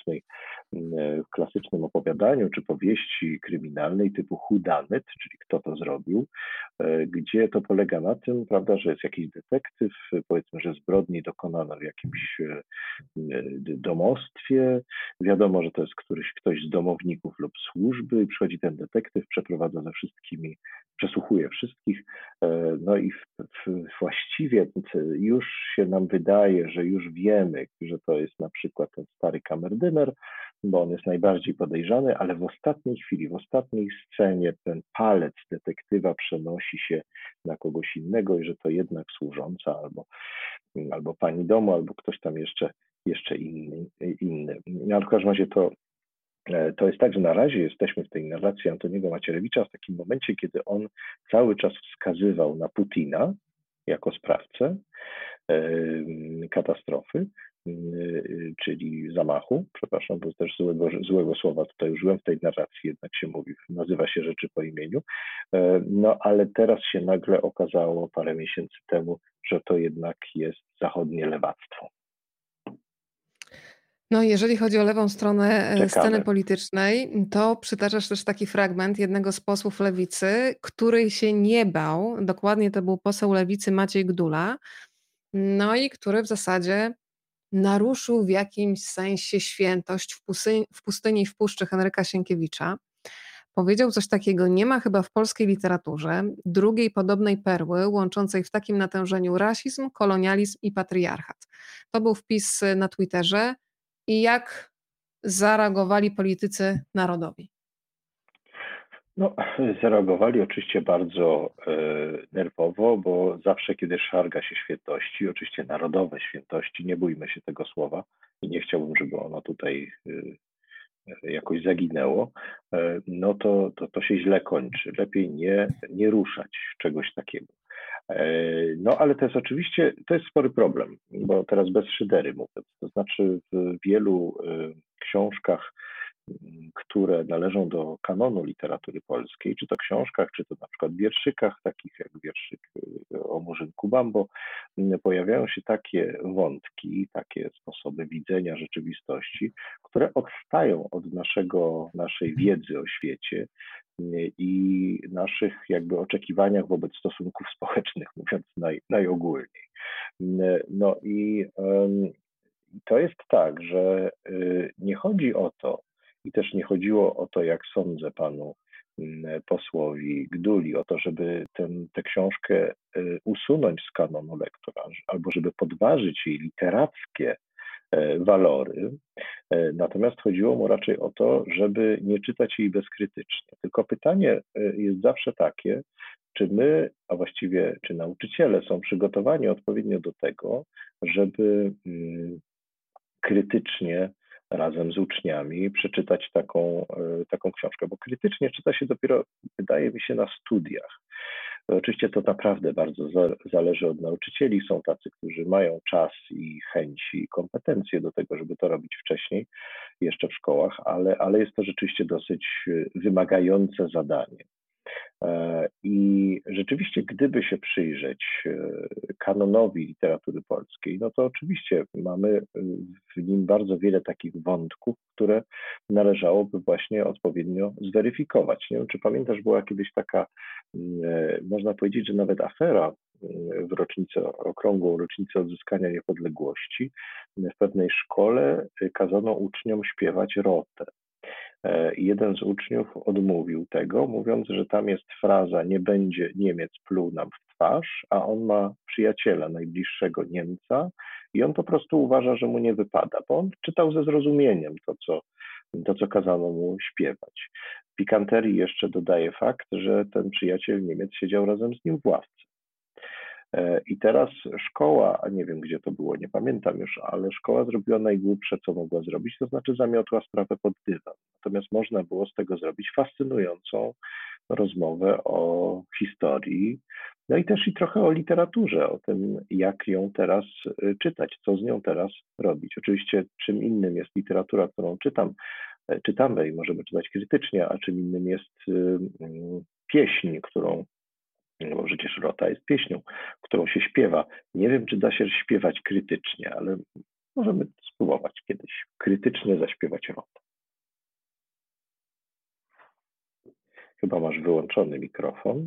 klasycznym opowiadaniu czy powieści kryminalnej typu whodunit, czyli kto to zrobił, gdzie to polega na tym, prawda, że jest jakiś detektyw, powiedzmy, że zbrodni dokonano w jakimś domostwie, wiadomo, że to jest ktoś z domowników lub służby i przychodzi ten detektyw, przeprowadza ze wszystkimi, przesłuchuje wszystkich, no i właściwie już się nam wydaje, że już wiemy, że to jest na przykład ten stary kamerdyner, bo on jest najbardziej podejrzany, ale w ostatniej chwili, w ostatniej scenie ten palec detektywa przenosi się na kogoś innego i że to jednak służąca albo pani domu, albo ktoś tam jeszcze inny. No, ale w każdym razie to jest tak, że na razie jesteśmy w tej narracji Antoniego Macierewicza w takim momencie, kiedy on cały czas wskazywał na Putina jako sprawcę katastrofy, czyli zamachu, przepraszam, bo też złego słowa tutaj użyłem w tej narracji, jednak się mówi, nazywa się rzeczy po imieniu, no ale teraz się nagle okazało parę miesięcy temu, że to jednak jest zachodnie lewactwo. No, jeżeli chodzi o lewą stronę sceny Czekamy. politycznej, to przytaczasz też taki fragment jednego z posłów Lewicy, który się nie bał, dokładnie to był poseł Lewicy Maciej Gdula, no i który w zasadzie naruszył w jakimś sensie świętość w pustyni i w puszczy Henryka Sienkiewicza. Powiedział coś takiego: nie ma chyba w polskiej literaturze drugiej podobnej perły łączącej w takim natężeniu rasizm, kolonializm i patriarchat. To był wpis na Twitterze. I jak zareagowali politycy narodowi? No, zareagowali oczywiście bardzo nerwowo, bo zawsze, kiedy szarga się świętości, oczywiście narodowe świętości, nie bójmy się tego słowa i nie chciałbym, żeby ono tutaj jakoś zaginęło, no to się źle kończy. Lepiej nie ruszać czegoś takiego. No ale to jest oczywiście, to jest spory problem, bo teraz bez szydery mówię. To znaczy w wielu książkach, które należą do kanonu literatury polskiej, czy to książkach, czy to na przykład wierszykach, takich jak wierszyk o Murzynku Bambo, pojawiają się takie wątki, takie sposoby widzenia rzeczywistości, które odstają od naszej wiedzy o świecie i naszych jakby oczekiwaniach wobec stosunków społecznych, mówiąc najogólniej. No i to jest tak, że nie chodzi o to, i też nie chodziło o to, jak sądzę panu posłowi Gduli, o to, żeby tę książkę usunąć z kanonu lektora, albo żeby podważyć jej literackie walory. Natomiast chodziło mu raczej o to, żeby nie czytać jej bezkrytycznie. Tylko pytanie jest zawsze takie, czy my, a właściwie czy nauczyciele są przygotowani odpowiednio do tego, żeby krytycznie razem z uczniami przeczytać taką książkę, bo krytycznie czyta się dopiero, wydaje mi się, na studiach. Oczywiście to naprawdę bardzo zależy od nauczycieli. Są tacy, którzy mają czas i chęci i kompetencje do tego, żeby to robić wcześniej, jeszcze w szkołach, ale jest to rzeczywiście dosyć wymagające zadanie. I rzeczywiście, gdyby się przyjrzeć kanonowi literatury polskiej, no to oczywiście mamy w nim bardzo wiele takich wątków, które należałoby właśnie odpowiednio zweryfikować. Nie wiem, czy pamiętasz, była kiedyś taka, można powiedzieć, że nawet afera w okrągłą rocznicę odzyskania niepodległości. W pewnej szkole kazano uczniom śpiewać rotę. Jeden z uczniów odmówił tego, mówiąc, że tam jest fraza "nie będzie Niemiec pluł nam w twarz", a on ma przyjaciela najbliższego Niemca i on po prostu uważa, że mu nie wypada, bo on czytał ze zrozumieniem to, co kazano mu śpiewać. Pikanterii jeszcze dodaje fakt, że ten przyjaciel Niemiec siedział razem z nim w ławce. I teraz szkoła, a nie wiem gdzie to było, nie pamiętam już, ale szkoła zrobiła najgłupsze, co mogła zrobić, to znaczy zamiotła sprawę pod dywan. Natomiast można było z tego zrobić fascynującą rozmowę o historii, no i też i trochę o literaturze, o tym, jak ją teraz czytać, co z nią teraz robić. Oczywiście czym innym jest literatura, którą czytamy i możemy czytać krytycznie, a czym innym jest pieśń, którą no bo przecież Rota jest pieśnią, którą się śpiewa. Nie wiem, czy da się śpiewać krytycznie, ale możemy spróbować kiedyś krytycznie zaśpiewać Rotę. Chyba masz wyłączony mikrofon.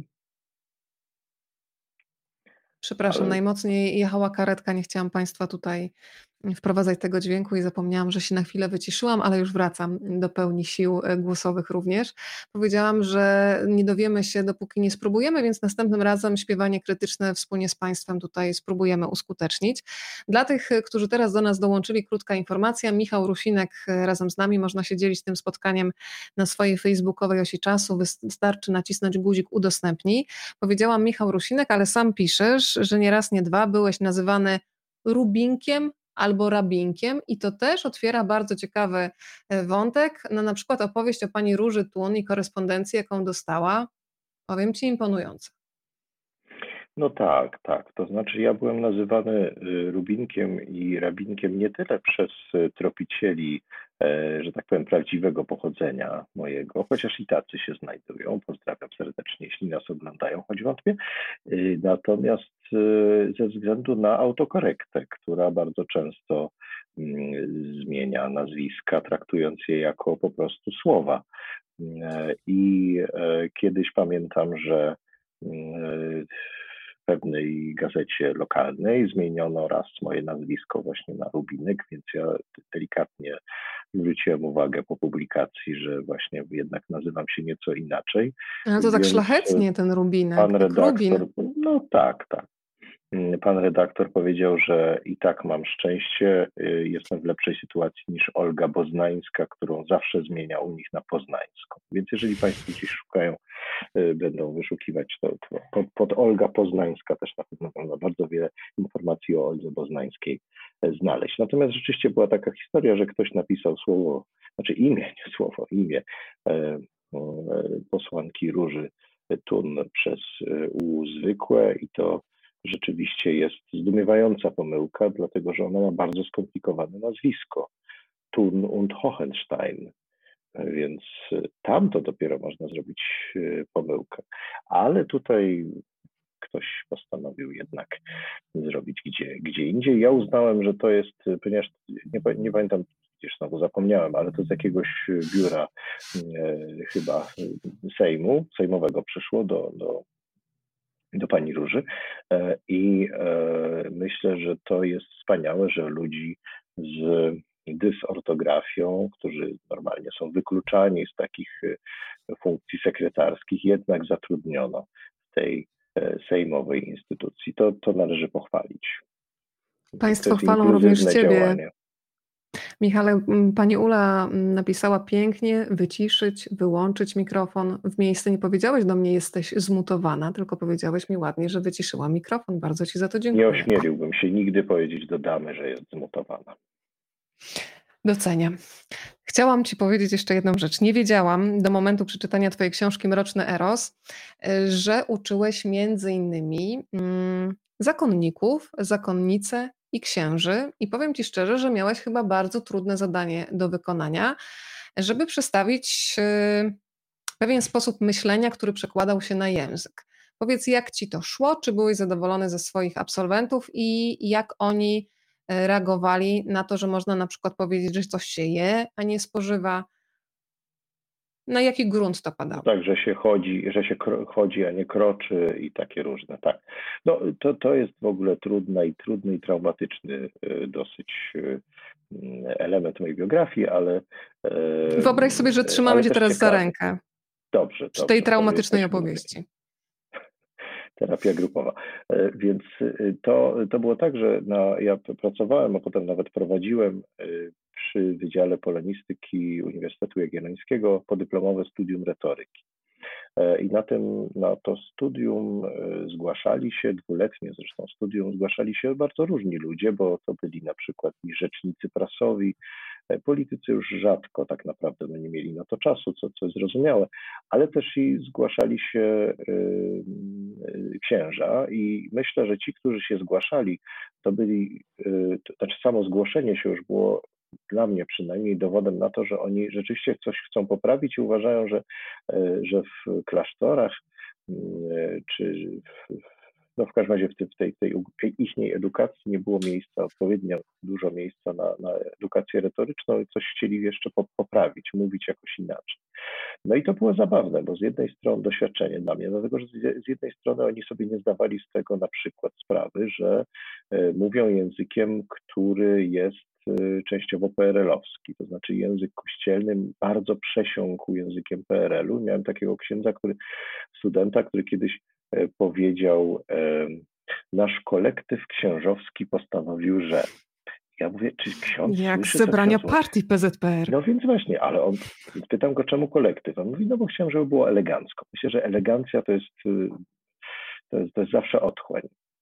Przepraszam, najmocniej jechała karetka, nie chciałam Państwa tutaj wprowadzać tego dźwięku i zapomniałam, że się na chwilę wyciszyłam, ale już wracam do pełni sił głosowych również. Powiedziałam, że nie dowiemy się, dopóki nie spróbujemy, więc następnym razem śpiewanie krytyczne wspólnie z Państwem tutaj spróbujemy uskutecznić. Dla tych, którzy teraz do nas dołączyli, krótka informacja. Michał Rusinek razem z nami, można się dzielić tym spotkaniem na swojej facebookowej osi czasu, wystarczy nacisnąć guzik udostępnij. Powiedziałam Michał Rusinek, ale sam piszesz, że nie raz, nie dwa byłeś nazywany Rubinkiem albo Rabinkiem i to też otwiera bardzo ciekawy wątek, no na przykład opowieść o pani Róży Tłun i korespondencję, jaką dostała, powiem Ci, imponująca. No tak, tak. To znaczy ja byłem nazywany Rubinkiem i Rabinkiem nie tyle przez tropicieli, że tak powiem, prawdziwego pochodzenia mojego, chociaż i tacy się znajdują. Pozdrawiam serdecznie, jeśli nas oglądają, choć wątpię. Natomiast ze względu na autokorektę, która bardzo często zmienia nazwiska, traktując je jako po prostu słowa. I kiedyś pamiętam, że w pewnej gazecie lokalnej zmieniono raz moje nazwisko właśnie na Rubinek, więc ja delikatnie zwróciłem uwagę po publikacji, że właśnie jednak nazywam się nieco inaczej. Ale to tak Więc szlachetnie ten Rubinek, pan jak Rubin. redaktor, no tak, tak. Pan redaktor powiedział, że i tak mam szczęście, jestem w lepszej sytuacji niż Olga Boznańska, którą zawsze zmienia u nich na poznańską. Więc jeżeli Państwo gdzieś szukają, będą wyszukiwać, to pod Olga Poznańska też na pewno można bardzo wiele informacji o Oldze Boznańskiej znaleźć. Natomiast rzeczywiście była taka historia, że ktoś napisał słowo, znaczy imię, nie słowo, imię posłanki Róży Thun przez U zwykłe i to rzeczywiście jest zdumiewająca pomyłka, dlatego że ona ma bardzo skomplikowane nazwisko. Thun und Hohenstein. Więc tam to dopiero można zrobić pomyłkę. Ale tutaj ktoś postanowił jednak zrobić gdzie indziej. Ja uznałem, że to jest, ponieważ nie pamiętam, gdzieś znowu zapomniałem, ale to z jakiegoś biura chyba sejmowego przyszło do pani Róży i myślę, że to jest wspaniałe, że ludzi z dysortografią, którzy normalnie są wykluczani z takich funkcji sekretarskich, jednak zatrudniono w tej sejmowej instytucji. To należy pochwalić. Państwo chwalą również Ciebie. Działanie. Michale, pani Ula napisała pięknie, wyciszyć, wyłączyć mikrofon. W miejsce nie powiedziałeś do mnie, jesteś zmutowana, tylko powiedziałeś mi ładnie, że wyciszyła mikrofon. Bardzo Ci za to dziękuję. Nie ośmieliłbym się nigdy powiedzieć do damy, że jest zmutowana. Doceniam. Chciałam Ci powiedzieć jeszcze jedną rzecz. Nie wiedziałam do momentu przeczytania Twojej książki Mroczny Eros, że uczyłeś między innymi zakonników, zakonnice i księży. I powiem Ci szczerze, że miałeś chyba bardzo trudne zadanie do wykonania, żeby przedstawić pewien sposób myślenia, który przekładał się na język. Powiedz, jak Ci to szło? Czy byłeś zadowolony ze swoich absolwentów i jak oni reagowali na to, że można na przykład powiedzieć, że coś się je, a nie spożywa? Na jaki grunt to padało? Tak, że się chodzi, a nie kroczy i takie różne, tak. No, to jest w ogóle trudny i traumatyczny dosyć element mojej biografii, ale... Wyobraź sobie, że trzymamy Cię teraz za rękę. Dobrze. Przy tej traumatycznej opowieści. Terapia grupowa. Więc to było tak, że ja pracowałem, a potem nawet prowadziłem przy Wydziale Polonistyki Uniwersytetu Jagiellońskiego podyplomowe studium retoryki. I na to studium zgłaszali się, dwuletnie zresztą studium, zgłaszali się bardzo różni ludzie, bo to byli na przykład i rzecznicy prasowi, politycy już rzadko tak naprawdę nie mieli na to czasu, co jest zrozumiałe, ale też i zgłaszali się księża i myślę, że ci, którzy się zgłaszali, to byli, znaczy samo zgłoszenie się już było dla mnie przynajmniej dowodem na to, że oni rzeczywiście coś chcą poprawić i uważają, że w klasztorach czy w każdym razie w tej ichniej edukacji nie było miejsca, odpowiednio dużo miejsca na edukację retoryczną i coś chcieli jeszcze poprawić, mówić jakoś inaczej. No i to było zabawne, bo z jednej strony doświadczenie dla mnie, dlatego że z jednej strony oni sobie nie zdawali z tego na przykład sprawy, że mówią językiem, który jest częściowo PRL-owski, to znaczy język kościelny bardzo przesiąkł językiem PRL-u. Miałem takiego studenta, który kiedyś powiedział, nasz kolektyw księżowski postanowił, że... Ja mówię, czy ksiądz jak słyszy, z zebrania partii PZPR. No więc właśnie, ale pytam go, czemu kolektyw? On mówi, no bo chciałem, żeby było elegancko. Myślę, że elegancja to jest zawsze otchłań.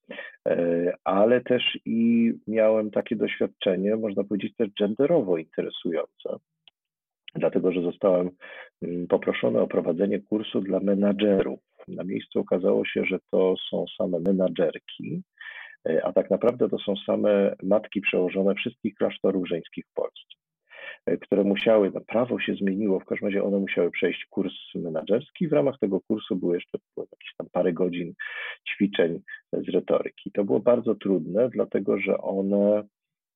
Ale też i miałem takie doświadczenie, można powiedzieć też genderowo interesujące, dlatego że zostałem poproszony o prowadzenie kursu dla menadżerów. Na miejscu okazało się, że to są same menadżerki, a tak naprawdę to są same matki przełożone wszystkich klasztorów żeńskich w Polsce, które musiały, prawo się zmieniło, w każdym razie one musiały przejść kurs menadżerski. W ramach tego kursu było jakieś tam parę godzin ćwiczeń z retoryki. To było bardzo trudne, dlatego że one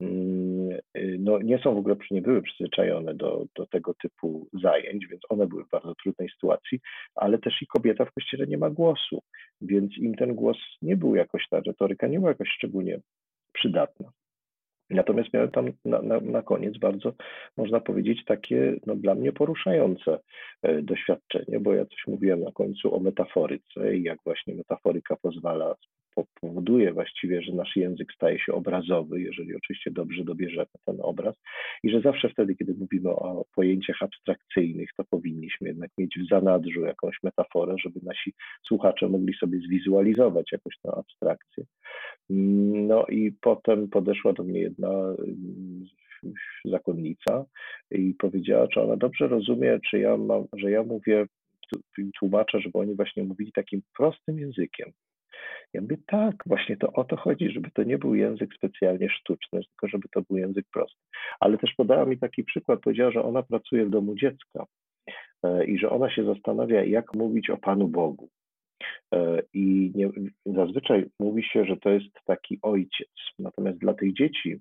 nie są w ogóle, nie były przyzwyczajone do tego typu zajęć, więc one były w bardzo trudnej sytuacji, ale też i kobieta w kościele nie ma głosu, więc im ten głos nie był jakoś, ta retoryka nie była jakoś szczególnie przydatna. Natomiast miałem tam na koniec bardzo, można powiedzieć, takie dla mnie poruszające doświadczenie, bo ja coś mówiłem na końcu o metaforyce i jak właśnie metaforyka pozwala powoduje właściwie, że nasz język staje się obrazowy, jeżeli oczywiście dobrze dobierzemy ten obraz i że zawsze wtedy, kiedy mówimy o pojęciach abstrakcyjnych, to powinniśmy jednak mieć w zanadrzu jakąś metaforę, żeby nasi słuchacze mogli sobie zwizualizować jakąś tę abstrakcję. No i potem podeszła do mnie jedna zakonnica i powiedziała, czy ona dobrze rozumie, że ja mówię, tłumaczę, żeby oni właśnie mówili takim prostym językiem. Ja mówię, tak, właśnie to o to chodzi, żeby to nie był język specjalnie sztuczny, tylko żeby to był język prosty. Ale też podała mi taki przykład, powiedziała, że ona pracuje w domu dziecka i że ona się zastanawia, jak mówić o Panu Bogu. I zazwyczaj mówi się, że to jest taki ojciec. Natomiast dla tych dzieci,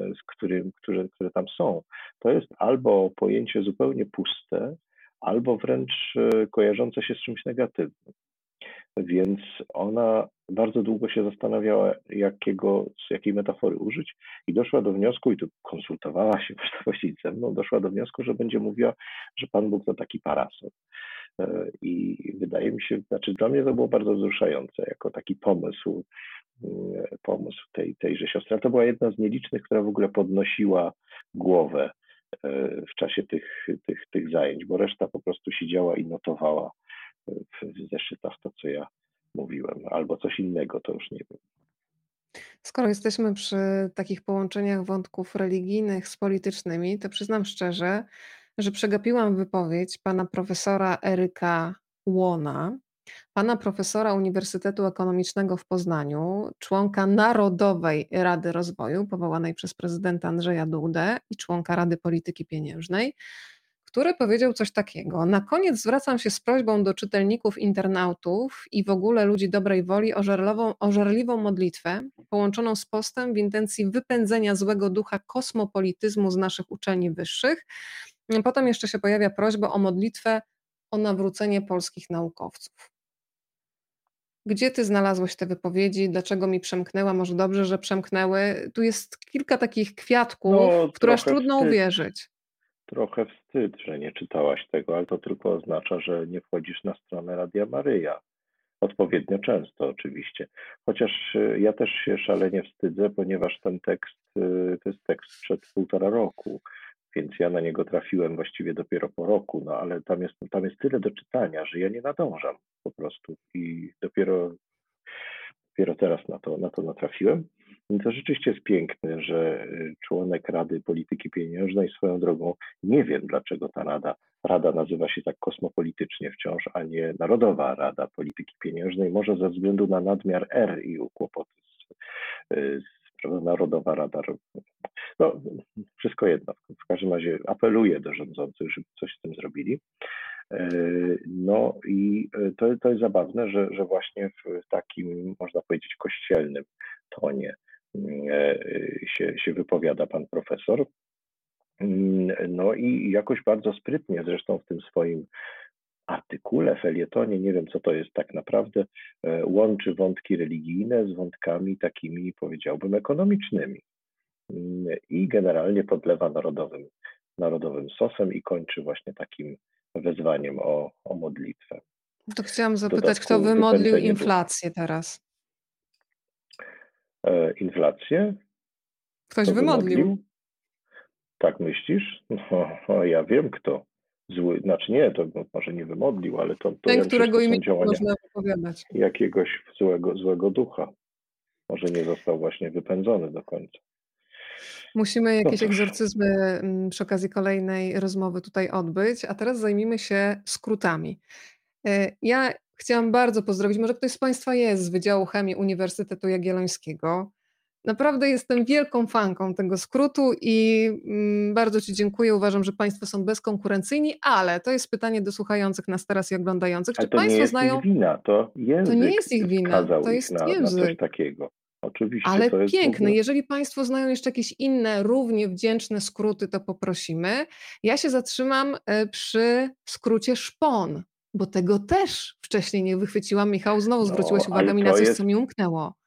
które tam są, to jest albo pojęcie zupełnie puste, albo wręcz kojarzące się z czymś negatywnym. Więc ona bardzo długo się zastanawiała, z jakiej metafory użyć i doszła do wniosku, i tu konsultowała się, można powiedzieć, ze mną, doszła do wniosku, że będzie mówiła, że Pan Bóg to taki parasol. I wydaje mi się, znaczy dla mnie to było bardzo wzruszające, jako taki pomysł tejże siostry. Ale to była jedna z nielicznych, która w ogóle podnosiła głowę w czasie tych zajęć, bo reszta po prostu siedziała i notowała w zeszytach to, co ja mówiłem, albo coś innego, to już nie wiem. Skoro jesteśmy przy takich połączeniach wątków religijnych z politycznymi, to przyznam szczerze, że przegapiłam wypowiedź pana profesora Eryka Łona, pana profesora Uniwersytetu Ekonomicznego w Poznaniu, członka Narodowej Rady Rozwoju, powołanej przez prezydenta Andrzeja Dudę i członka Rady Polityki Pieniężnej, który powiedział coś takiego: na koniec zwracam się z prośbą do czytelników, internautów i w ogóle ludzi dobrej woli o żarliwą modlitwę połączoną z postem w intencji wypędzenia złego ducha kosmopolityzmu z naszych uczelni wyższych. Potem jeszcze się pojawia prośba o modlitwę o nawrócenie polskich naukowców. Gdzie ty znalazłeś te wypowiedzi? Dlaczego mi przemknęła? Może dobrze, że przemknęły. Tu jest kilka takich kwiatków, w które aż trudno uwierzyć. Trochę wstyd, że nie czytałaś tego, ale to tylko oznacza, że nie wchodzisz na stronę Radia Maryja. Odpowiednio często oczywiście. Chociaż ja też się szalenie wstydzę, ponieważ ten tekst to jest tekst sprzed 1,5 roku, więc ja na niego trafiłem właściwie dopiero po roku, no ale tam jest tyle do czytania, że ja nie nadążam po prostu i dopiero teraz na to natrafiłem. I to rzeczywiście jest piękne, że członek Rady Polityki Pieniężnej, swoją drogą, nie wiem dlaczego ta rada nazywa się tak kosmopolitycznie wciąż, a nie Narodowa Rada Polityki Pieniężnej, może ze względu na nadmiar R i kłopoty Narodowa Rada. No, wszystko jedno. W każdym razie apeluję do rządzących, żeby coś z tym zrobili. No i to jest zabawne, że właśnie w takim, można powiedzieć, kościelnym tonie się wypowiada pan profesor. No i jakoś bardzo sprytnie zresztą w tym swoim artykule, felietonie, nie wiem co to jest tak naprawdę, łączy wątki religijne z wątkami takimi, powiedziałbym, ekonomicznymi. I generalnie podlewa narodowym sosem i kończy właśnie takim wezwaniem o modlitwę. To chciałam zapytać, kto wymodlił inflację teraz? Inflację? Ktoś wymodlił. Tak myślisz? No, ja wiem kto. Zły, znaczy nie, to może nie wymodlił, ale to ten, którego imię można wypowiadać. Jakiegoś złego ducha. Może nie został właśnie wypędzony do końca. Musimy jakieś egzorcyzmy przy okazji kolejnej rozmowy tutaj odbyć, a teraz zajmijmy się skrótami. Ja chciałam bardzo pozdrowić, może ktoś z Państwa jest z Wydziału Chemii Uniwersytetu Jagiellońskiego. Naprawdę jestem wielką fanką tego skrótu i bardzo Ci dziękuję. Uważam, że Państwo są bezkonkurencyjni, ale to jest pytanie do słuchających nas teraz i oglądających. Czy Państwo znają? Ich wina, to język. To nie jest ich wina, to jest język. Na coś takiego. Oczywiście, ale to jest piękne. Jeżeli Państwo znają jeszcze jakieś inne, równie wdzięczne skróty, to poprosimy. Ja się zatrzymam przy skrócie szpon, bo tego też wcześniej nie wychwyciłam. Michał, znowu zwróciłeś uwagę mi na coś, co mi umknęło.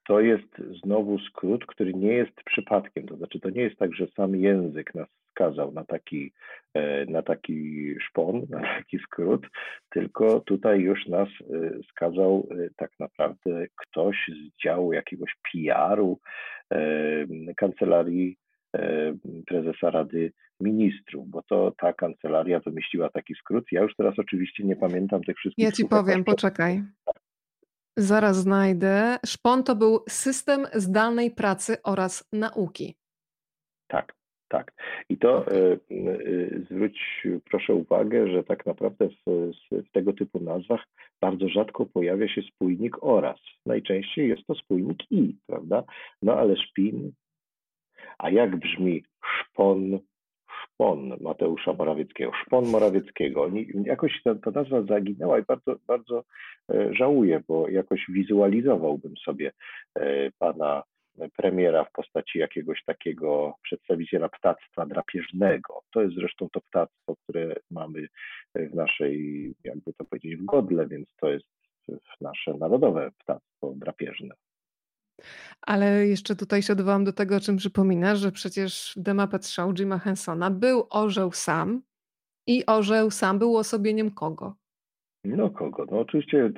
to jest znowu skrót, który nie jest przypadkiem. To znaczy, to nie jest tak, że sam język nas skazał na taki szpon, na taki skrót, tylko tutaj już nas skazał tak naprawdę ktoś z działu jakiegoś PR-u Kancelarii Prezesa Rady Ministrów, bo to ta kancelaria wymyśliła taki skrót. Ja już teraz oczywiście nie pamiętam tych wszystkich Ja ci słów. powiem, poczekaj. Zaraz znajdę. Szpon to był system zdalnej pracy oraz nauki. Tak, tak. I to Okay. zwróć proszę uwagę, że tak naprawdę w tego typu nazwach bardzo rzadko pojawia się spójnik oraz. Najczęściej jest to spójnik i, prawda? No ale szpin, a jak brzmi szpon, szpon Mateusza Morawieckiego, szpon Morawieckiego. Jakoś ta nazwa zaginęła i bardzo, bardzo żałuję, bo jakoś wizualizowałbym sobie pana premiera w postaci jakiegoś takiego przedstawiciela ptactwa drapieżnego. To jest zresztą to ptactwo, które mamy w naszej, jakby to powiedzieć, w godle, więc to jest nasze narodowe ptactwo drapieżne. Ale jeszcze tutaj się odwołam do tego, o czym przypominasz, że przecież w The Muppet Show Jima Hensona był orzeł sam i orzeł sam był uosobieniem kogo? No kogo? No oczywiście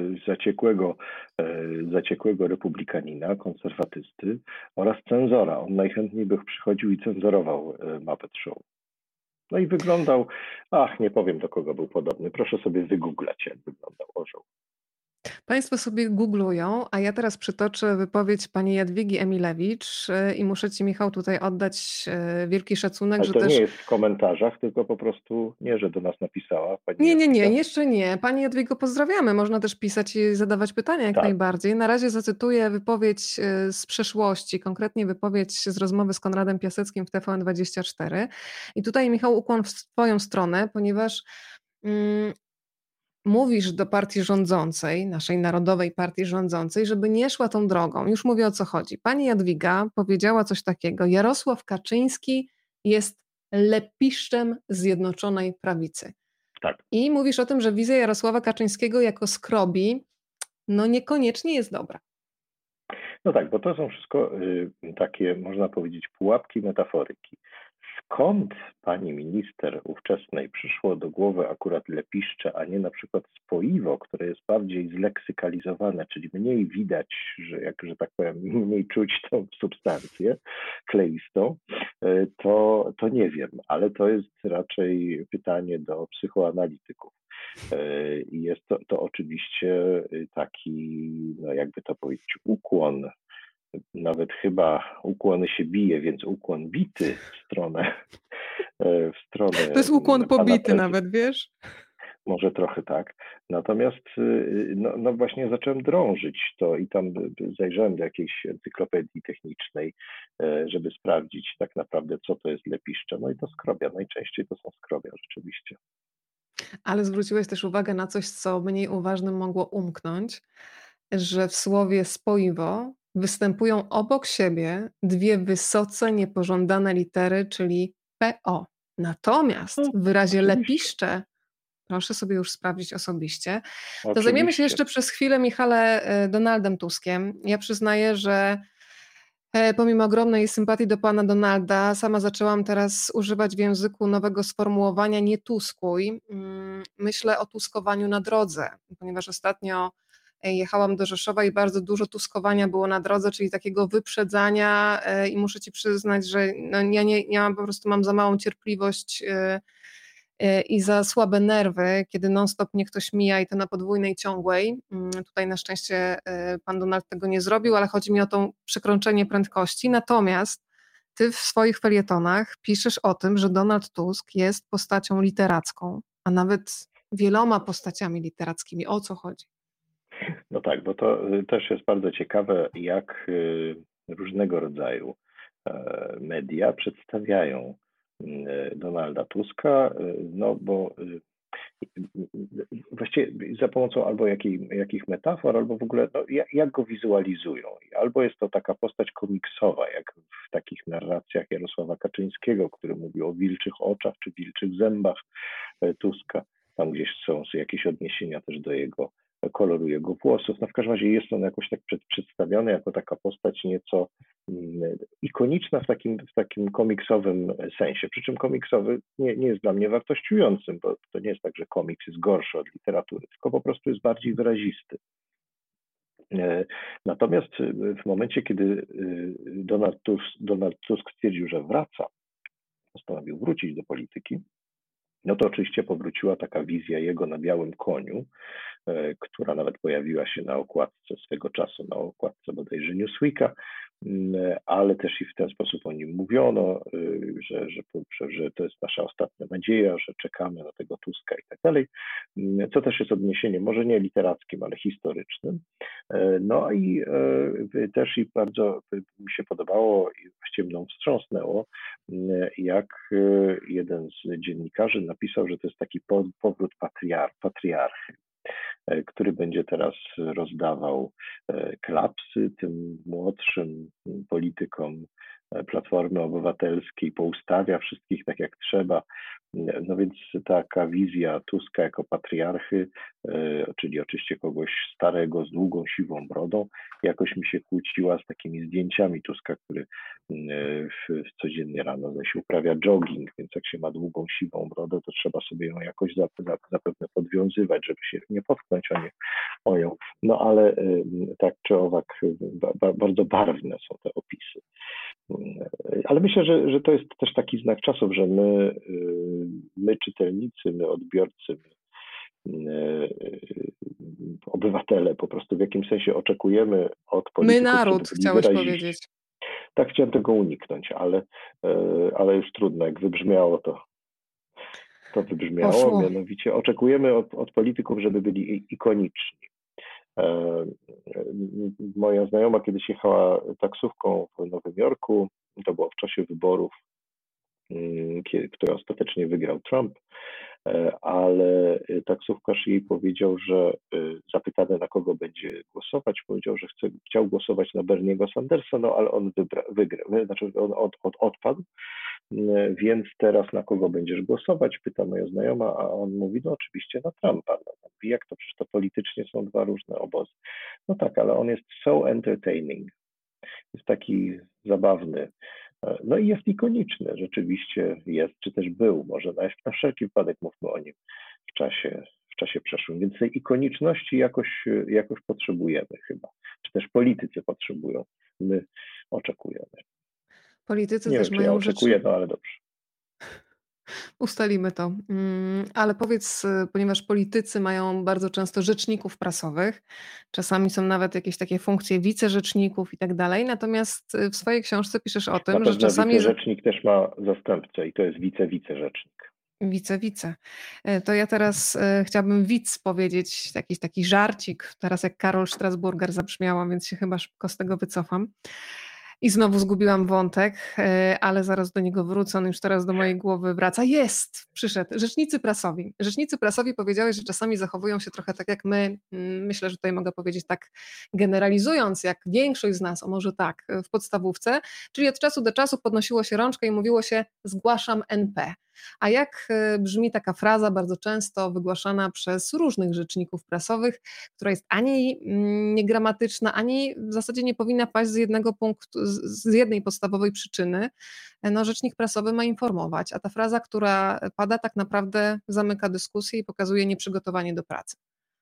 zaciekłego republikanina, konserwatysty oraz cenzora. On najchętniej by przychodził i cenzurował Muppet Show. No i wyglądał, nie powiem do kogo był podobny. Proszę sobie wygooglać, jak wyglądał orzeł. Państwo sobie googlują, a ja teraz przytoczę wypowiedź pani Jadwigi Emilewicz i muszę ci, Michał, tutaj oddać wielki szacunek, Ale że to nie też... jest w komentarzach, tylko po prostu nie, że do nas napisała pani Nie, Jadwiga. jeszcze nie. Pani Jadwigo, pozdrawiamy. Można też pisać i zadawać pytania jak Tak. najbardziej. Na razie zacytuję wypowiedź z przeszłości, konkretnie wypowiedź z rozmowy z Konradem Piaseckim w TVN24. I tutaj, Michał, ukłon w twoją stronę, ponieważ mówisz do partii rządzącej, naszej narodowej partii rządzącej, żeby nie szła tą drogą. Już mówię, o co chodzi. Pani Jadwiga powiedziała coś takiego: Jarosław Kaczyński jest lepiszczem Zjednoczonej Prawicy. Tak. I mówisz o tym, że wizja Jarosława Kaczyńskiego jako skrobi, no niekoniecznie jest dobra. No tak, bo to są wszystko takie, można powiedzieć, pułapki metaforyki. Skąd pani minister ówczesnej przyszło do głowy akurat lepiszcze, a nie na przykład spoiwo, które jest bardziej zleksykalizowane, czyli mniej widać, że tak powiem, mniej czuć tą substancję kleistą, to nie wiem, ale to jest raczej pytanie do psychoanalityków. I jest to oczywiście taki, no jakby to powiedzieć, ukłon, nawet chyba ukłony się bije, więc ukłon bity w stronę To jest ukłon pobity prezesa. nawet, wiesz? Może trochę tak. Natomiast no właśnie zacząłem drążyć to i tam zajrzałem do jakiejś encyklopedii technicznej, żeby sprawdzić tak naprawdę, co to jest lepiszcze. No i to skrobia. Najczęściej to są skrobia rzeczywiście. Ale zwróciłeś też uwagę na coś, co mniej uważnym mogło umknąć, że w słowie spoiwo występują obok siebie dwie wysoce niepożądane litery, czyli PO. Natomiast w wyrazie Oczywiście. lepiszcze, proszę sobie już sprawdzić osobiście, to Oczywiście. zajmiemy się jeszcze przez chwilę, Michale, Donaldem Tuskiem. Ja przyznaję, że pomimo ogromnej sympatii do pana Donalda, sama zaczęłam teraz używać w języku nowego sformułowania nie tuskuj. Myślę o tuskowaniu na drodze, ponieważ ostatnio jechałam do Rzeszowa i bardzo dużo tuskowania było na drodze, czyli takiego wyprzedzania i muszę ci przyznać, że no ja po prostu mam za małą cierpliwość i za słabe nerwy, kiedy non-stop mnie ktoś mija i to na podwójnej ciągłej. Tutaj na szczęście pan Donald tego nie zrobił, ale chodzi mi o to przekroczenie prędkości. Natomiast ty w swoich felietonach piszesz o tym, że Donald Tusk jest postacią literacką, a nawet wieloma postaciami literackimi. O co chodzi? No tak, bo to też jest bardzo ciekawe, jak różnego rodzaju media przedstawiają Donalda Tuska, no bo właściwie za pomocą albo jakich metafor, albo w ogóle no, jak go wizualizują. Albo jest to taka postać komiksowa, jak w takich narracjach Jarosława Kaczyńskiego, który mówił o wilczych oczach czy wilczych zębach Tuska. Tam gdzieś są jakieś odniesienia też do jego koloru jego włosów. No w każdym razie jest on jakoś tak przedstawiony jako taka postać nieco ikoniczna w takim komiksowym sensie. Przy czym komiksowy nie jest dla mnie wartościującym, bo to nie jest tak, że komiks jest gorszy od literatury, tylko po prostu jest bardziej wyrazisty. Natomiast w momencie, kiedy Donald Tusk stwierdził, że wraca, postanowił wrócić do polityki, no to oczywiście powróciła taka wizja jego na białym koniu, która nawet pojawiła się na okładce swego czasu, na okładce bodajże Newsweeka, ale też i w ten sposób o nim mówiono, że to jest nasza ostatnia nadzieja, że czekamy na tego Tuska i tak dalej, co też jest odniesieniem, może nie literackim, ale historycznym. No i też i bardzo mi się podobało i właściwie mną wstrząsnęło, jak jeden z dziennikarzy napisał, że to jest taki powrót patriarchy, który będzie teraz rozdawał klapsy tym młodszym politykom Platformy Obywatelskiej, poustawia wszystkich tak jak trzeba. No więc taka wizja Tuska jako patriarchy, czyli oczywiście kogoś starego z długą siwą brodą, jakoś mi się kłóciła z takimi zdjęciami Tuska, który codziennie rano się uprawia jogging, więc jak się ma długą siwą brodę, to trzeba sobie ją jakoś zapewne podwiązywać, żeby się nie potknąć o nią. No ale tak czy owak bardzo barwne są te opisy. Ale myślę, że to jest też taki znak czasów, że my czytelnicy, my odbiorcy, obywatele po prostu w jakimś sensie oczekujemy od polityków, My naród, żeby chciałeś wyrazić. powiedzieć. Tak, chciałem tego uniknąć, ale już trudno, jak wybrzmiało to wybrzmiało. Poszło. Mianowicie oczekujemy od polityków, żeby byli ikoniczni. Moja znajoma kiedyś jechała taksówką w Nowym Jorku, to było w czasie wyborów, które ostatecznie wygrał Trump, ale taksówkarz jej powiedział, że zapytany na kogo będzie głosować, powiedział, że chciał głosować na Berniego Sandersa, no ale on odpadł, więc teraz na kogo będziesz głosować, pyta moja znajoma, a on mówi, no oczywiście na Trumpa. No, mówi, jak to, przecież to politycznie są dwa różne obozy. No tak, ale on jest so entertaining, jest taki zabawny, no i jest ikoniczny, rzeczywiście jest, czy też był, może na wszelki wypadek mówmy o nim w czasie przeszłym, więc tej ikoniczności jakoś potrzebujemy chyba, czy też politycy potrzebują, my oczekujemy. Politycy Nie też wiem, czy ja mają oczekuję, no ale dobrze. Ustalimy to. Ale powiedz, ponieważ politycy mają bardzo często rzeczników prasowych, czasami są nawet jakieś takie funkcje wicerzeczników i tak dalej, natomiast w swojej książce piszesz o tym, że Zapewne czasami... wicerzecznik też ma zastępcę i to jest wicerzecznik. Wice. To ja teraz chciałabym widz powiedzieć, taki żarcik, teraz jak Karol Strasburger zabrzmiała, więc się chyba szybko z tego wycofam. I znowu zgubiłam wątek, ale zaraz do niego wrócę, on już teraz do mojej głowy wraca. Przyszedł. Rzecznicy prasowi. Rzecznicy prasowi powiedziałeś, że czasami zachowują się trochę tak jak my, myślę, że tutaj mogę powiedzieć tak generalizując, jak większość z nas, o może tak, w podstawówce, czyli od czasu do czasu podnosiło się rączkę i mówiło się zgłaszam NP. A jak brzmi taka fraza bardzo często wygłaszana przez różnych rzeczników prasowych, która jest ani niegramatyczna, ani w zasadzie nie powinna paść z jednego punktu, z jednej podstawowej przyczyny. No, rzecznik prasowy ma informować, a ta fraza, która pada, tak naprawdę zamyka dyskusję i pokazuje nieprzygotowanie do pracy.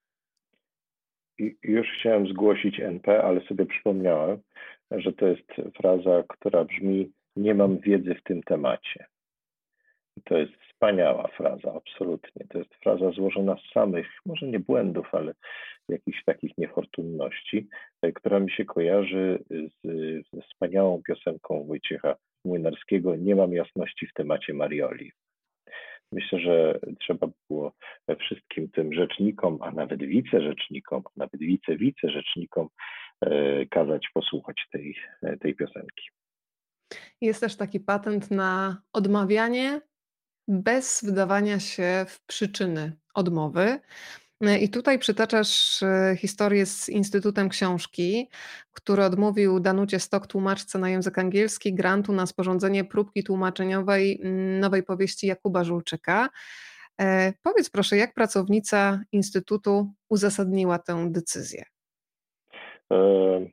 Już chciałem zgłosić NP, ale sobie przypomniałem, że to jest fraza, która brzmi: nie mam wiedzy w tym temacie. To jest wspaniała fraza, absolutnie. To jest fraza złożona z samych, może nie błędów, ale jakichś takich niefortunności, która mi się kojarzy ze wspaniałą piosenką Wojciecha Młynarskiego „Nie mam jasności w temacie Marioli”. Myślę, że trzeba było wszystkim tym rzecznikom, a nawet wicerzecznikom, a nawet wicerzecznikom kazać posłuchać tej piosenki. Jest też taki patent na odmawianie bez wdawania się w przyczyny odmowy. I tutaj przytaczasz historię z Instytutem Książki, który odmówił Danucie Stok, tłumaczce na język angielski, grantu na sporządzenie próbki tłumaczeniowej nowej powieści Jakuba Żulczyka. Powiedz proszę, jak pracownica Instytutu uzasadniła tę decyzję? E,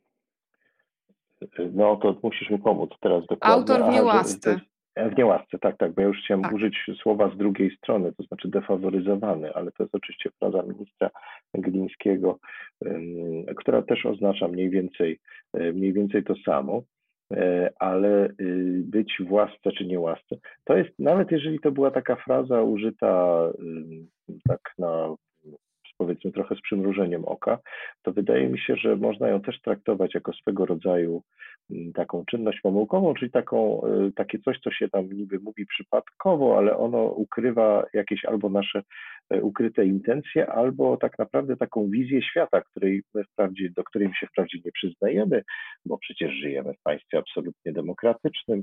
No to musisz mi pomóc teraz dokładnie. Autor w Aha, że to niełasce. jest w niełasce, tak, tak, bo ja już chciałem Tak. użyć słowa z drugiej strony, to znaczy defaworyzowany, ale to jest oczywiście fraza ministra Glińskiego, która też oznacza mniej więcej to samo, ale być w łasce czy nie łasce, to jest, nawet jeżeli to była taka fraza użyta tak na powiedzmy trochę z przymrużeniem oka, to wydaje mi się, że można ją też traktować jako swego rodzaju taką czynność pomyłkową, czyli takie coś, co się tam niby mówi przypadkowo, ale ono ukrywa jakieś albo nasze ukryte intencje, albo tak naprawdę taką wizję świata, do której my się wprawdzie nie przyznajemy, bo przecież żyjemy w państwie absolutnie demokratycznym.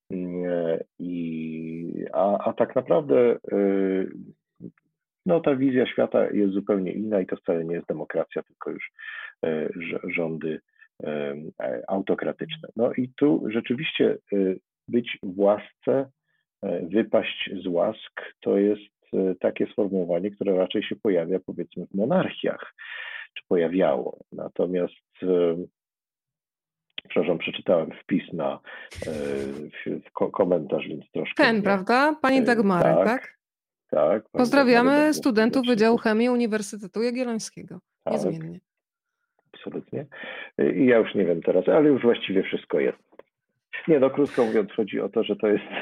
A tak naprawdę no, ta wizja świata jest zupełnie inna i to wcale nie jest demokracja, tylko już rządy autokratyczne. No i tu rzeczywiście być w łasce, wypaść z łask, to jest takie sformułowanie, które raczej się pojawia powiedzmy w monarchiach, czy pojawiało. Natomiast przepraszam, przeczytałem wpis na komentarz, więc troszkę Ten, mnie. prawda? Pani Dagmary, Tak, tak? tak. Pani Dagmary Pozdrawiamy bardzo studentów serdecznie. Wydziału Chemii Uniwersytetu Jagiellońskiego. Tak, Niezmiennie. absolutnie. I ja już nie wiem teraz, ale już właściwie wszystko jest. Nie, no krótko mówiąc, chodzi o to, że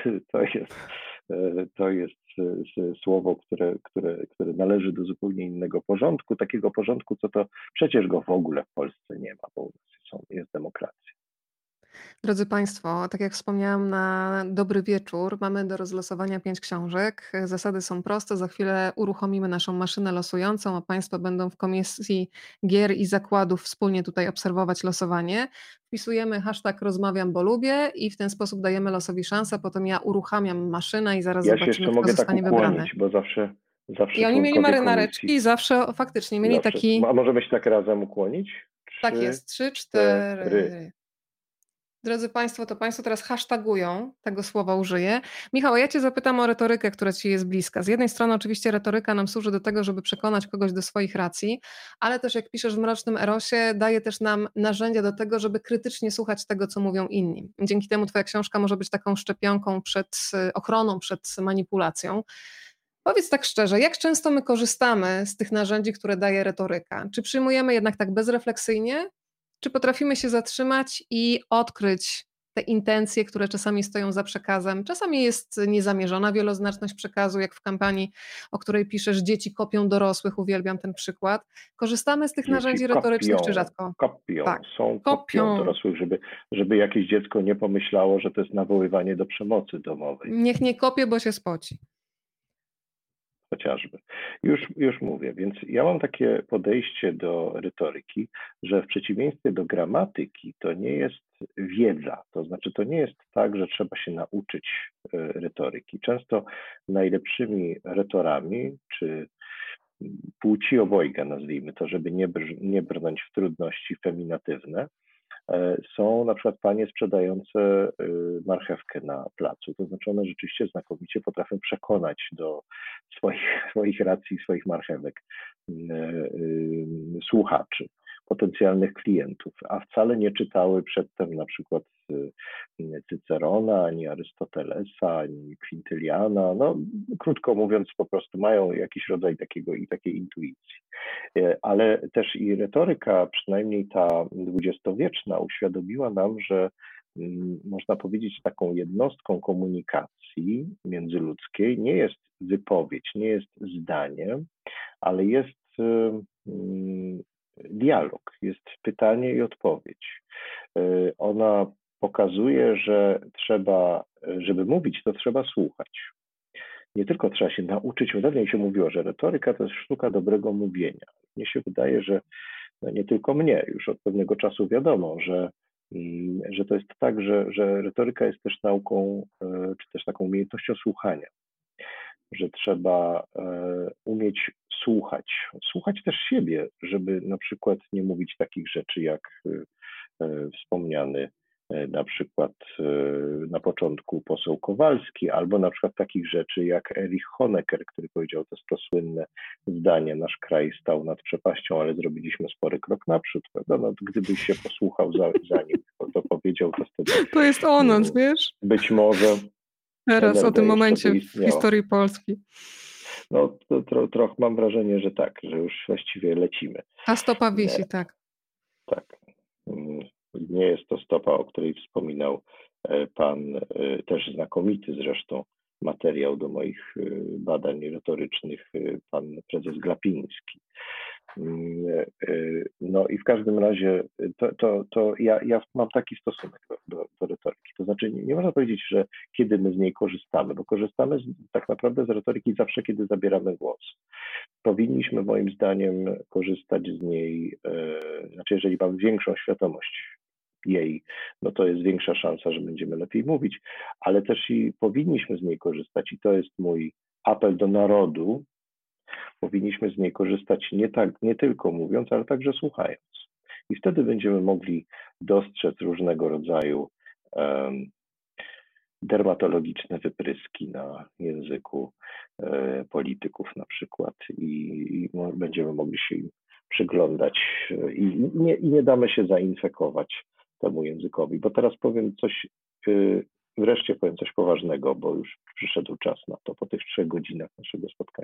to jest słowo, które należy do zupełnie innego porządku, takiego porządku, co to przecież go w ogóle w Polsce nie ma, bo u nas jest demokracja. Drodzy Państwo, tak jak wspomniałam na dobry wieczór, mamy do rozlosowania 5 książek. Zasady są proste. Za chwilę uruchomimy naszą maszynę losującą, a Państwo będą w Komisji Gier i Zakładów wspólnie tutaj obserwować losowanie. Wpisujemy hashtag rozmawiam, bo lubię i w ten sposób dajemy losowi szansę. Potem ja uruchamiam maszynę i zaraz Ja się zobaczymy, jeszcze kto mogę tak zostanie wybrany. ukłonić, bo I zawsze oni mieli członkowie komisji, marynareczki, zawsze faktycznie mieli zawsze. taki... A możemy się tak razem ukłonić? Tak 3, jest, 3, 4. 4. Drodzy Państwo, to Państwo teraz hashtagują, tego słowa użyję. Michał, ja Cię zapytam o retorykę, która Ci jest bliska. Z jednej strony oczywiście retoryka nam służy do tego, żeby przekonać kogoś do swoich racji, ale też jak piszesz w Mrocznym Erosie, daje też nam narzędzia do tego, żeby krytycznie słuchać tego, co mówią inni. Dzięki temu Twoja książka może być taką szczepionką ochroną przed manipulacją. Powiedz tak szczerze, jak często my korzystamy z tych narzędzi, które daje retoryka? Czy przyjmujemy jednak tak bezrefleksyjnie? Czy potrafimy się zatrzymać i odkryć te intencje, które czasami stoją za przekazem? Czasami jest niezamierzona wieloznaczność przekazu, jak w kampanii, o której piszesz, dzieci kopią dorosłych, uwielbiam ten przykład. Korzystamy z tych Dzieci narzędzi retorycznych, czy rzadko? Tak, są kopią kopią. dorosłych, żeby jakieś dziecko nie pomyślało, że to jest nawoływanie do przemocy domowej, Niech nie kopie, bo się spoci. chociażby. Już mówię, więc ja mam takie podejście do retoryki, że w przeciwieństwie do gramatyki to nie jest wiedza, to znaczy to nie jest tak, że trzeba się nauczyć retoryki. Często najlepszymi retorami, czy płci obojga, nazwijmy to, żeby nie brnąć w trudności feminatywne, są na przykład panie sprzedające marchewkę na placu. To znaczy one rzeczywiście znakomicie potrafią przekonać do swoich racji, swoich marchewek słuchaczy, potencjalnych klientów, a wcale nie czytały przedtem na przykład Cycerona, ani Arystotelesa, ani Quintiliana. No, krótko mówiąc, po prostu mają jakiś rodzaj takiej intuicji. Ale też i retoryka, przynajmniej ta dwudziestowieczna, uświadomiła nam, że można powiedzieć, taką jednostką komunikacji międzyludzkiej nie jest wypowiedź, nie jest zdanie, ale jest dialog, jest pytanie i odpowiedź. Ona pokazuje, że żeby mówić, to trzeba słuchać. Nie tylko trzeba się nauczyć, dawniej się mówiło, że retoryka to jest sztuka dobrego mówienia. Mnie się wydaje, że no nie tylko mnie, już od pewnego czasu wiadomo, że to jest tak, że retoryka jest też nauką, czy też taką umiejętnością słuchania, że trzeba umieć słuchać też siebie, żeby na przykład nie mówić takich rzeczy jak wspomniany na przykład na początku poseł Kowalski, albo na przykład takich rzeczy jak Erich Honecker, który powiedział to słynne zdanie: nasz kraj stał nad przepaścią, ale zrobiliśmy spory krok naprzód, prawda? No, gdybyś się posłuchał za nim, to powiedział, to wtedy To jest o nas, wiesz? być może Teraz, o tym NRD jeszcze by momencie w istniała. historii Polski. No, trochę mam wrażenie, że tak, że już właściwie lecimy. Ta stopa wisi, tak. Tak. Nie jest to stopa, o której wspominał pan, też znakomity zresztą materiał do moich badań retorycznych, pan prezes Glapiński. No i w każdym razie ja mam taki stosunek do retoryki. To znaczy nie można powiedzieć, że kiedy my z niej korzystamy, bo korzystamy tak naprawdę z retoryki zawsze, kiedy zabieramy głos. Powinniśmy moim zdaniem korzystać z niej, znaczy jeżeli mamy większą świadomość jej, no to jest większa szansa, że będziemy lepiej mówić, ale też i powinniśmy z niej korzystać i to jest mój apel do narodu. Powinniśmy z niej korzystać nie tylko mówiąc, ale także słuchając. I wtedy będziemy mogli dostrzec różnego rodzaju dermatologiczne wypryski na języku polityków na przykład i będziemy mogli się im przyglądać i nie damy się zainfekować temu językowi. Bo teraz powiem coś, wreszcie powiem coś poważnego, bo już przyszedł czas na to po tych 3 godzinach naszego spotkania,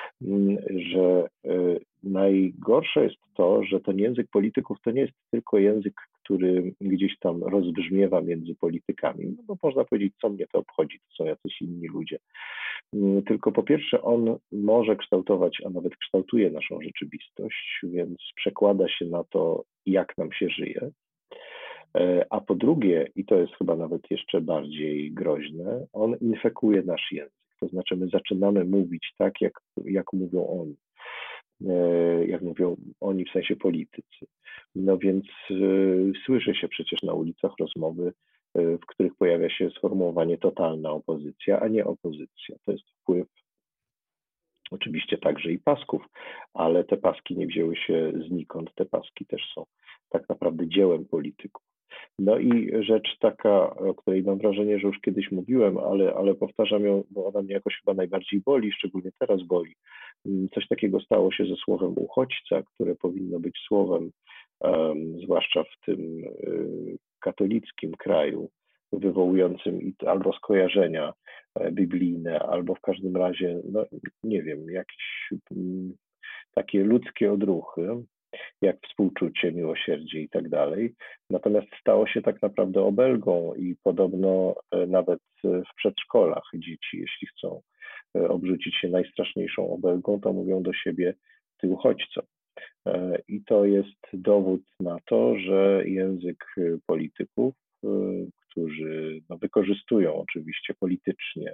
że najgorsze jest to, że ten język polityków to nie jest tylko język, który gdzieś tam rozbrzmiewa między politykami, no bo można powiedzieć, co mnie to obchodzi, to są jacyś inni ludzie. Tylko po pierwsze on może kształtować, a nawet kształtuje naszą rzeczywistość, więc przekłada się na to, jak nam się żyje. A po drugie, i to jest chyba nawet jeszcze bardziej groźne, on infekuje nasz język. To znaczy my zaczynamy mówić tak, jak mówią oni. Jak mówią oni w sensie politycy. No więc słyszy się przecież na ulicach rozmowy, w których pojawia się sformułowanie totalna opozycja, a nie opozycja. To jest wpływ oczywiście także i pasków, ale te paski nie wzięły się znikąd. Te paski też są tak naprawdę dziełem polityków. No i rzecz taka, o której mam wrażenie, że już kiedyś mówiłem, ale powtarzam ją, bo ona mnie jakoś chyba najbardziej boli, szczególnie teraz boli. Coś takiego stało się ze słowem uchodźca, które powinno być słowem, zwłaszcza w tym katolickim kraju, wywołującym albo skojarzenia biblijne, albo w każdym razie, no nie wiem, jakieś takie ludzkie odruchy, jak współczucie, miłosierdzie i tak dalej. Natomiast stało się tak naprawdę obelgą i podobno nawet w przedszkolach dzieci, jeśli chcą obrzucić się najstraszniejszą obelgą, to mówią do siebie: ty uchodźco. I to jest dowód na to, że język polityków, którzy wykorzystują oczywiście politycznie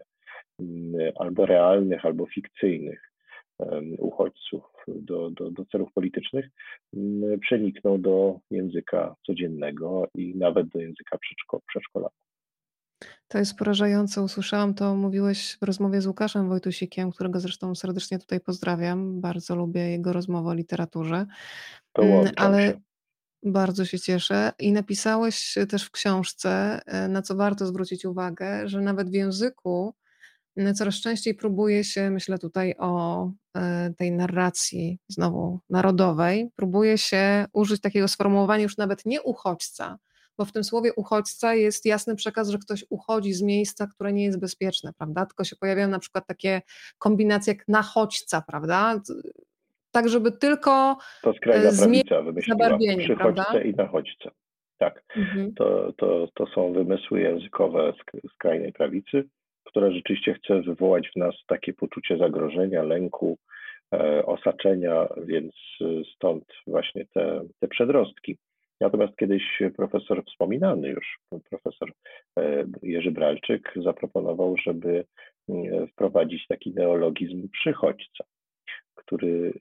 albo realnych, albo fikcyjnych uchodźców do celów politycznych, przeniknął do języka codziennego i nawet do języka przedszkolaków. To jest porażające. Usłyszałam to, mówiłeś w rozmowie z Łukaszem Wojtusikiem, którego zresztą serdecznie tutaj pozdrawiam. Bardzo lubię jego rozmowę o literaturze. Dołączam Ale się. bardzo się cieszę. I napisałeś też w książce, na co warto zwrócić uwagę, że nawet w języku coraz częściej próbuje się, myślę tutaj o tej narracji znowu narodowej, próbuje się użyć takiego sformułowania już nawet nie uchodźca, bo w tym słowie uchodźca jest jasny przekaz, że ktoś uchodzi z miejsca, które nie jest bezpieczne, prawda? Tylko się pojawiają na przykład takie kombinacje jak nachodźca, prawda? Tak, żeby tylko To skrajna zmienić prawica wymyśliła zabarwienie, prawda? przychodźcę i nachodźcę. Tak, Mhm. to są wymysły językowe skrajnej prawicy, która rzeczywiście chce wywołać w nas takie poczucie zagrożenia, lęku, osaczenia, więc stąd właśnie te przedrostki. Natomiast kiedyś profesor wspominany już, profesor Jerzy Bralczyk zaproponował, żeby wprowadzić taki neologizm przychodźca, który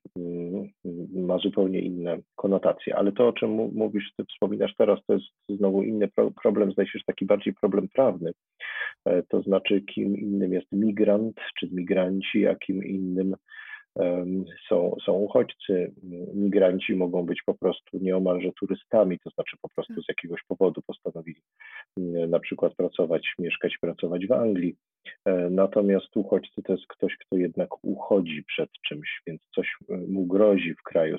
ma zupełnie inne konotacje. Ale to, o czym mówisz, ty wspominasz teraz, to jest znowu inny problem, zdaje się, że taki bardziej problem prawny. To znaczy, kim innym jest migrant czy migranci, a kim innym są uchodźcy, migranci mogą być po prostu nieomalże turystami, to znaczy po prostu z jakiegoś powodu postanowili na przykład mieszkać, pracować w Anglii. Natomiast uchodźcy to jest ktoś, kto jednak uchodzi przed czymś, więc coś mu grozi w kraju,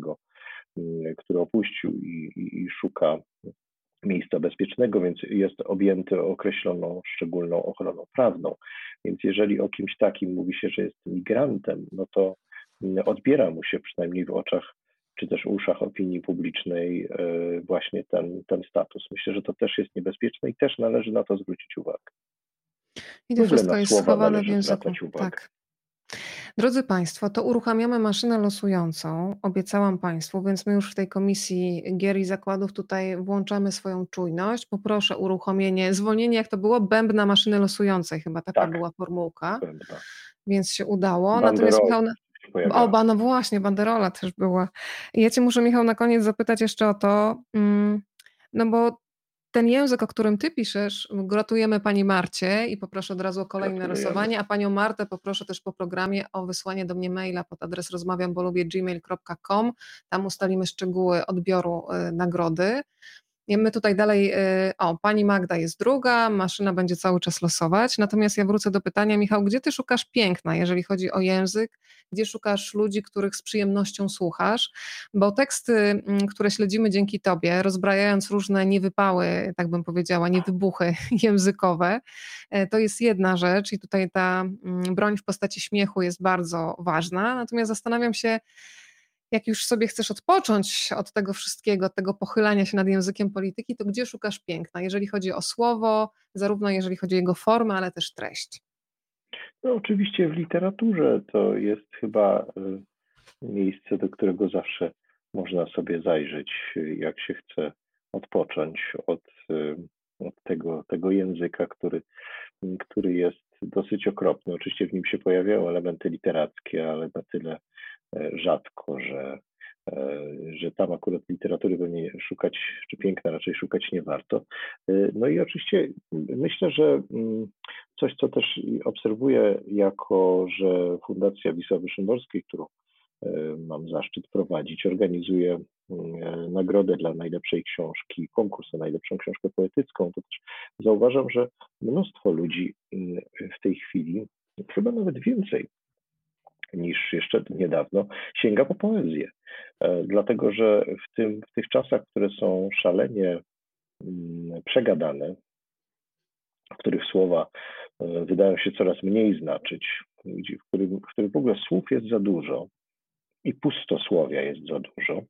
który opuścił i szuka miejsca bezpiecznego, więc jest objęty określoną szczególną ochroną prawną. Więc jeżeli o kimś takim mówi się, że jest migrantem, no to odbiera mu się przynajmniej w oczach czy też uszach opinii publicznej właśnie ten status. Myślę, że to też jest niebezpieczne i też należy na to zwrócić uwagę. I W to ogóle wszystko na jest słowa schowane w należy języku. zwracać uwagę. Tak. Drodzy Państwo, to uruchamiamy maszynę losującą. Obiecałam Państwu, więc my już w tej komisji gier i zakładów tutaj włączamy swoją czujność. Poproszę uruchomienie, zwolnienie, jak to było, bębna maszyny losującej, chyba taka Tak, była formułka, bębna. więc się udało. Natomiast Banderola Michał, się pojawiała. no właśnie, banderola też była. I ja Cię muszę, Michał, na koniec zapytać jeszcze o to, no bo ten język, o którym Ty piszesz, gratulujemy Pani Marcie i poproszę od razu o kolejne Gratulujemy. rysowanie, a Panią Martę poproszę też po programie o wysłanie do mnie maila pod adres rozmawiambolubię@gmail.com. Tam ustalimy szczegóły odbioru nagrody. I my tutaj dalej, pani Magda jest druga, maszyna będzie cały czas losować, natomiast ja wrócę do pytania, Michał, gdzie ty szukasz piękna, jeżeli chodzi o język, gdzie szukasz ludzi, których z przyjemnością słuchasz, bo teksty, które śledzimy dzięki tobie, rozbrajając różne niewypały, tak bym powiedziała, niewybuchy językowe, to jest jedna rzecz i tutaj ta broń w postaci śmiechu jest bardzo ważna, natomiast zastanawiam się, jak już sobie chcesz odpocząć od tego wszystkiego, od tego pochylania się nad językiem polityki, to gdzie szukasz piękna, jeżeli chodzi o słowo, zarówno jeżeli chodzi o jego formę, ale też treść? No oczywiście w literaturze to jest chyba miejsce, do którego zawsze można sobie zajrzeć, jak się chce odpocząć od tego języka, który jest dosyć okropny. Oczywiście w nim się pojawiają elementy literackie, ale na tyle rzadko, że tam akurat literatury pewnie szukać, czy piękna raczej szukać nie warto. No i oczywiście myślę, że coś, co też obserwuję, jako że Fundacja Wisławy Szymborskiej, którą mam zaszczyt prowadzić, organizuje nagrodę dla najlepszej książki, konkurs na najlepszą książkę poetycką, to też zauważam, że mnóstwo ludzi w tej chwili, chyba nawet więcej niż jeszcze niedawno, sięga po poezję. Dlatego, że w tych czasach, które są szalenie przegadane, w których słowa wydają się coraz mniej znaczyć, w których w ogóle słów jest za dużo i pustosłowia jest za dużo,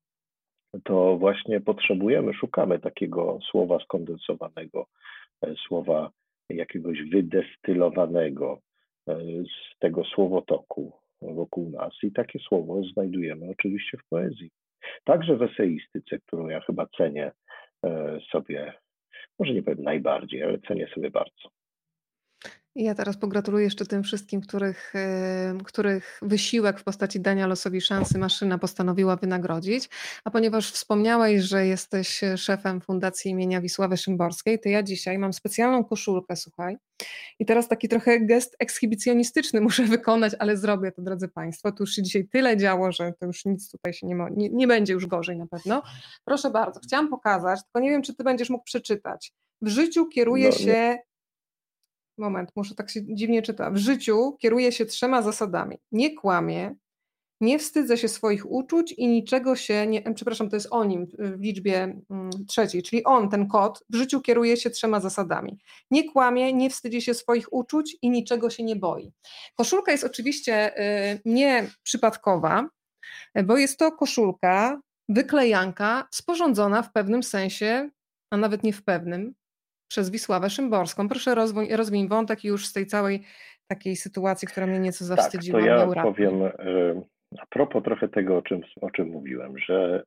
to właśnie szukamy takiego słowa skondensowanego, słowa jakiegoś wydestylowanego z tego słowotoku wokół nas. I takie słowo znajdujemy oczywiście w poezji. Także w eseistyce, którą ja chyba cenię sobie, może nie powiem najbardziej, ale cenię sobie bardzo. I ja teraz pogratuluję jeszcze tym wszystkim, których wysiłek w postaci dania losowi szansy maszyna postanowiła wynagrodzić. A ponieważ wspomniałeś, że jesteś szefem Fundacji imienia Wisławy Szymborskiej, to ja dzisiaj mam specjalną koszulkę, słuchaj. I teraz taki trochę gest ekshibicjonistyczny muszę wykonać, ale zrobię to, drodzy Państwo. Tu już się dzisiaj tyle działo, że to już nic tutaj się nie będzie już gorzej na pewno. Proszę bardzo, chciałam pokazać, tylko nie wiem, czy Ty będziesz mógł przeczytać. W życiu kieruje się... Moment, muszę tak się dziwnie czyta. W życiu kieruje się 3 zasadami. Nie kłamie, nie wstydzę się swoich uczuć i niczego się nie... Przepraszam, to jest o nim w liczbie 3, czyli on, ten kot, w życiu kieruje się 3 zasadami. Nie kłamie, nie wstydzi się swoich uczuć i niczego się nie boi. Koszulka jest oczywiście nie przypadkowa, bo jest to koszulka, wyklejanka sporządzona w pewnym sensie, a nawet nie w pewnym, przez Wisławę Szymborską. Proszę rozwiń wątek już z tej całej takiej sytuacji, która mnie nieco zawstydziła. Tak, to ja mnie powiem a propos trochę tego, o czym mówiłem, że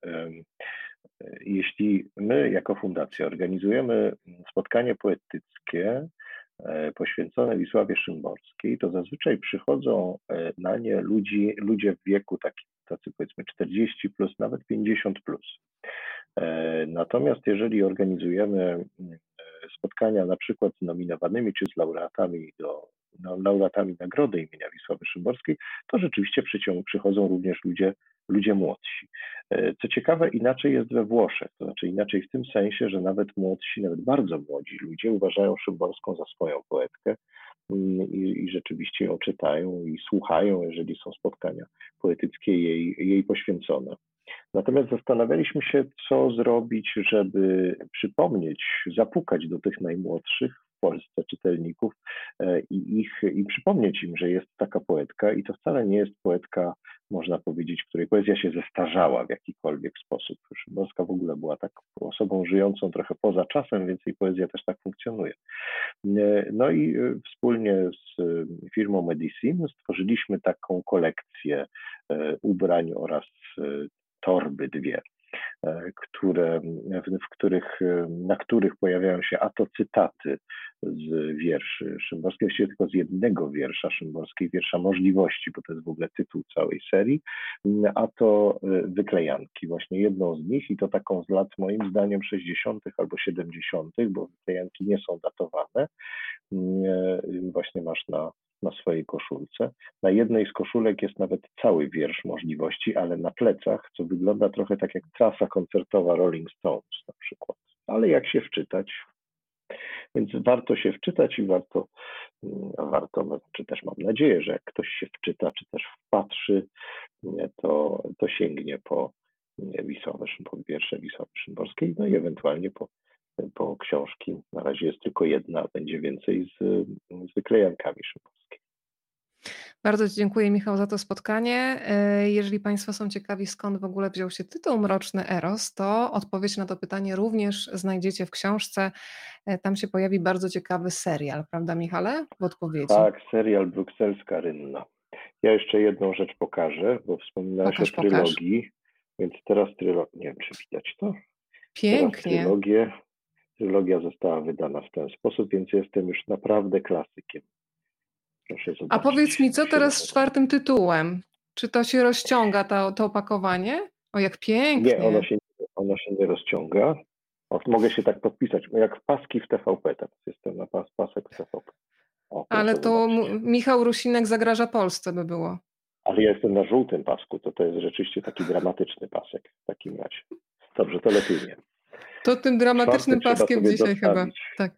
jeśli my jako fundacja organizujemy spotkanie poetyckie poświęcone Wisławie Szymborskiej, to zazwyczaj przychodzą na nie ludzie w wieku tacy powiedzmy 40 plus, nawet 50 plus. Natomiast jeżeli organizujemy spotkania na przykład z nominowanymi czy z laureatami do laureatami nagrody imienia Wisławy Szymborskiej, to rzeczywiście przychodzą również ludzie młodsi. Co ciekawe, inaczej jest we Włoszech, to znaczy inaczej w tym sensie, że nawet młodsi, nawet bardzo młodzi ludzie uważają Szymborską za swoją poetkę i rzeczywiście ją czytają i słuchają, jeżeli są spotkania poetyckie jej poświęcone. Natomiast zastanawialiśmy się, co zrobić, żeby przypomnieć, zapukać do tych najmłodszych w Polsce czytelników i przypomnieć im, że jest taka poetka i to wcale nie jest poetka, można powiedzieć, której poezja się zestarzała w jakikolwiek sposób. Szymborska w ogóle była taką osobą żyjącą trochę poza czasem, więc jej poezja też tak funkcjonuje. No i wspólnie z firmą Medisim stworzyliśmy taką kolekcję ubrań oraz torby dwie, na których pojawiają się a to cytaty z wierszy Szymborskiej, właściwie tylko z jednego wiersza Szymborskiej, wiersza Możliwości, bo to jest w ogóle tytuł całej serii, a to wyklejanki, właśnie jedną z nich i to taką z lat moim zdaniem 60. albo 70., bo wyklejanki nie są datowane, właśnie masz na swojej koszulce. Na jednej z koszulek jest nawet cały wiersz Możliwości, ale na plecach, co wygląda trochę tak jak trasa koncertowa Rolling Stones na przykład. Ale jak się wczytać, więc warto się wczytać i warto, czy też mam nadzieję, że jak ktoś się wczyta, czy też wpatrzy, to sięgnie po wiersze Wisławy Szymborskiej, no i ewentualnie po książki. Na razie jest tylko jedna, będzie więcej z wyklejankami Szymborskiej. Bardzo Ci dziękuję, Michał, za to spotkanie. Jeżeli Państwo są ciekawi, skąd w ogóle wziął się tytuł Mroczny Eros, to odpowiedź na to pytanie również znajdziecie w książce. Tam się pojawi bardzo ciekawy serial, prawda, Michale? W odpowiedzi. Tak, serial Brukselska Rynna. Ja jeszcze jedną rzecz pokażę, bo wspominałeś o trylogii, więc teraz nie wiem, czy widać to? Pięknie. Trylogia została wydana w ten sposób, więc jestem już naprawdę klasykiem. Proszę zobaczyć. A powiedz mi, co teraz z czwartym tytułem? Czy to się rozciąga, to opakowanie? O, jak pięknie. Nie, ono się nie rozciąga. Mogę się tak podpisać, jak paski w TVP, teraz jestem na pasek w TVP. Ale to Michał Rusinek zagraża Polsce by było. Ale ja jestem na żółtym pasku, to jest rzeczywiście taki dramatyczny pasek w takim razie. Dobrze, to lepiej nie. To tym dramatycznym paskiem dzisiaj chyba. Tak.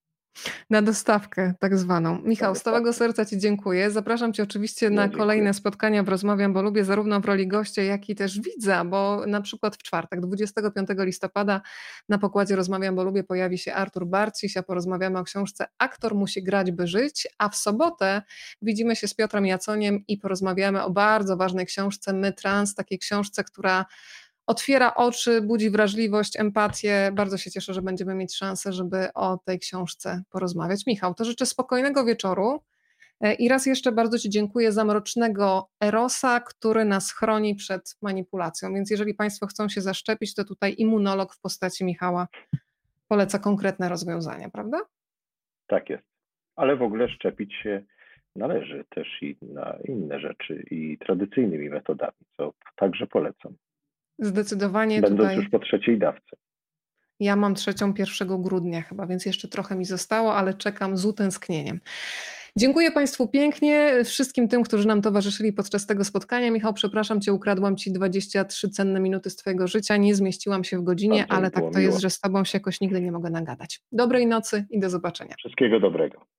Na dostawkę tak zwaną. Michał, z całego serca Ci dziękuję. Zapraszam Cię oczywiście na kolejne spotkania w Rozmawiam, bo lubię, zarówno w roli gościa, jak i też widza, bo na przykład w czwartek, 25 listopada na pokładzie Rozmawiam, bo lubię pojawi się Artur Barciś, a porozmawiamy o książce Aktor musi grać, by żyć, a w sobotę widzimy się z Piotrem Jaconiem i porozmawiamy o bardzo ważnej książce My Trans, takiej książce, która otwiera oczy, budzi wrażliwość, empatię. Bardzo się cieszę, że będziemy mieć szansę, żeby o tej książce porozmawiać. Michał, to życzę spokojnego wieczoru i raz jeszcze bardzo Ci dziękuję za Mrocznego Erosa, który nas chroni przed manipulacją. Więc jeżeli Państwo chcą się zaszczepić, to tutaj immunolog w postaci Michała poleca konkretne rozwiązania, prawda? Tak jest. Ale w ogóle szczepić się należy też i na inne rzeczy i tradycyjnymi metodami, co także polecam. Zdecydowanie Będąc tutaj... już po trzeciej dawce. Ja mam 1 grudnia chyba, więc jeszcze trochę mi zostało, ale czekam z utęsknieniem. Dziękuję Państwu pięknie, wszystkim tym, którzy nam towarzyszyli podczas tego spotkania. Michał, przepraszam Cię, ukradłam Ci 23 cenne minuty z Twojego życia, nie zmieściłam się w godzinie, ale tak to jest, że z Tobą się jakoś nigdy nie mogę nagadać. Dobrej nocy i do zobaczenia. Wszystkiego dobrego.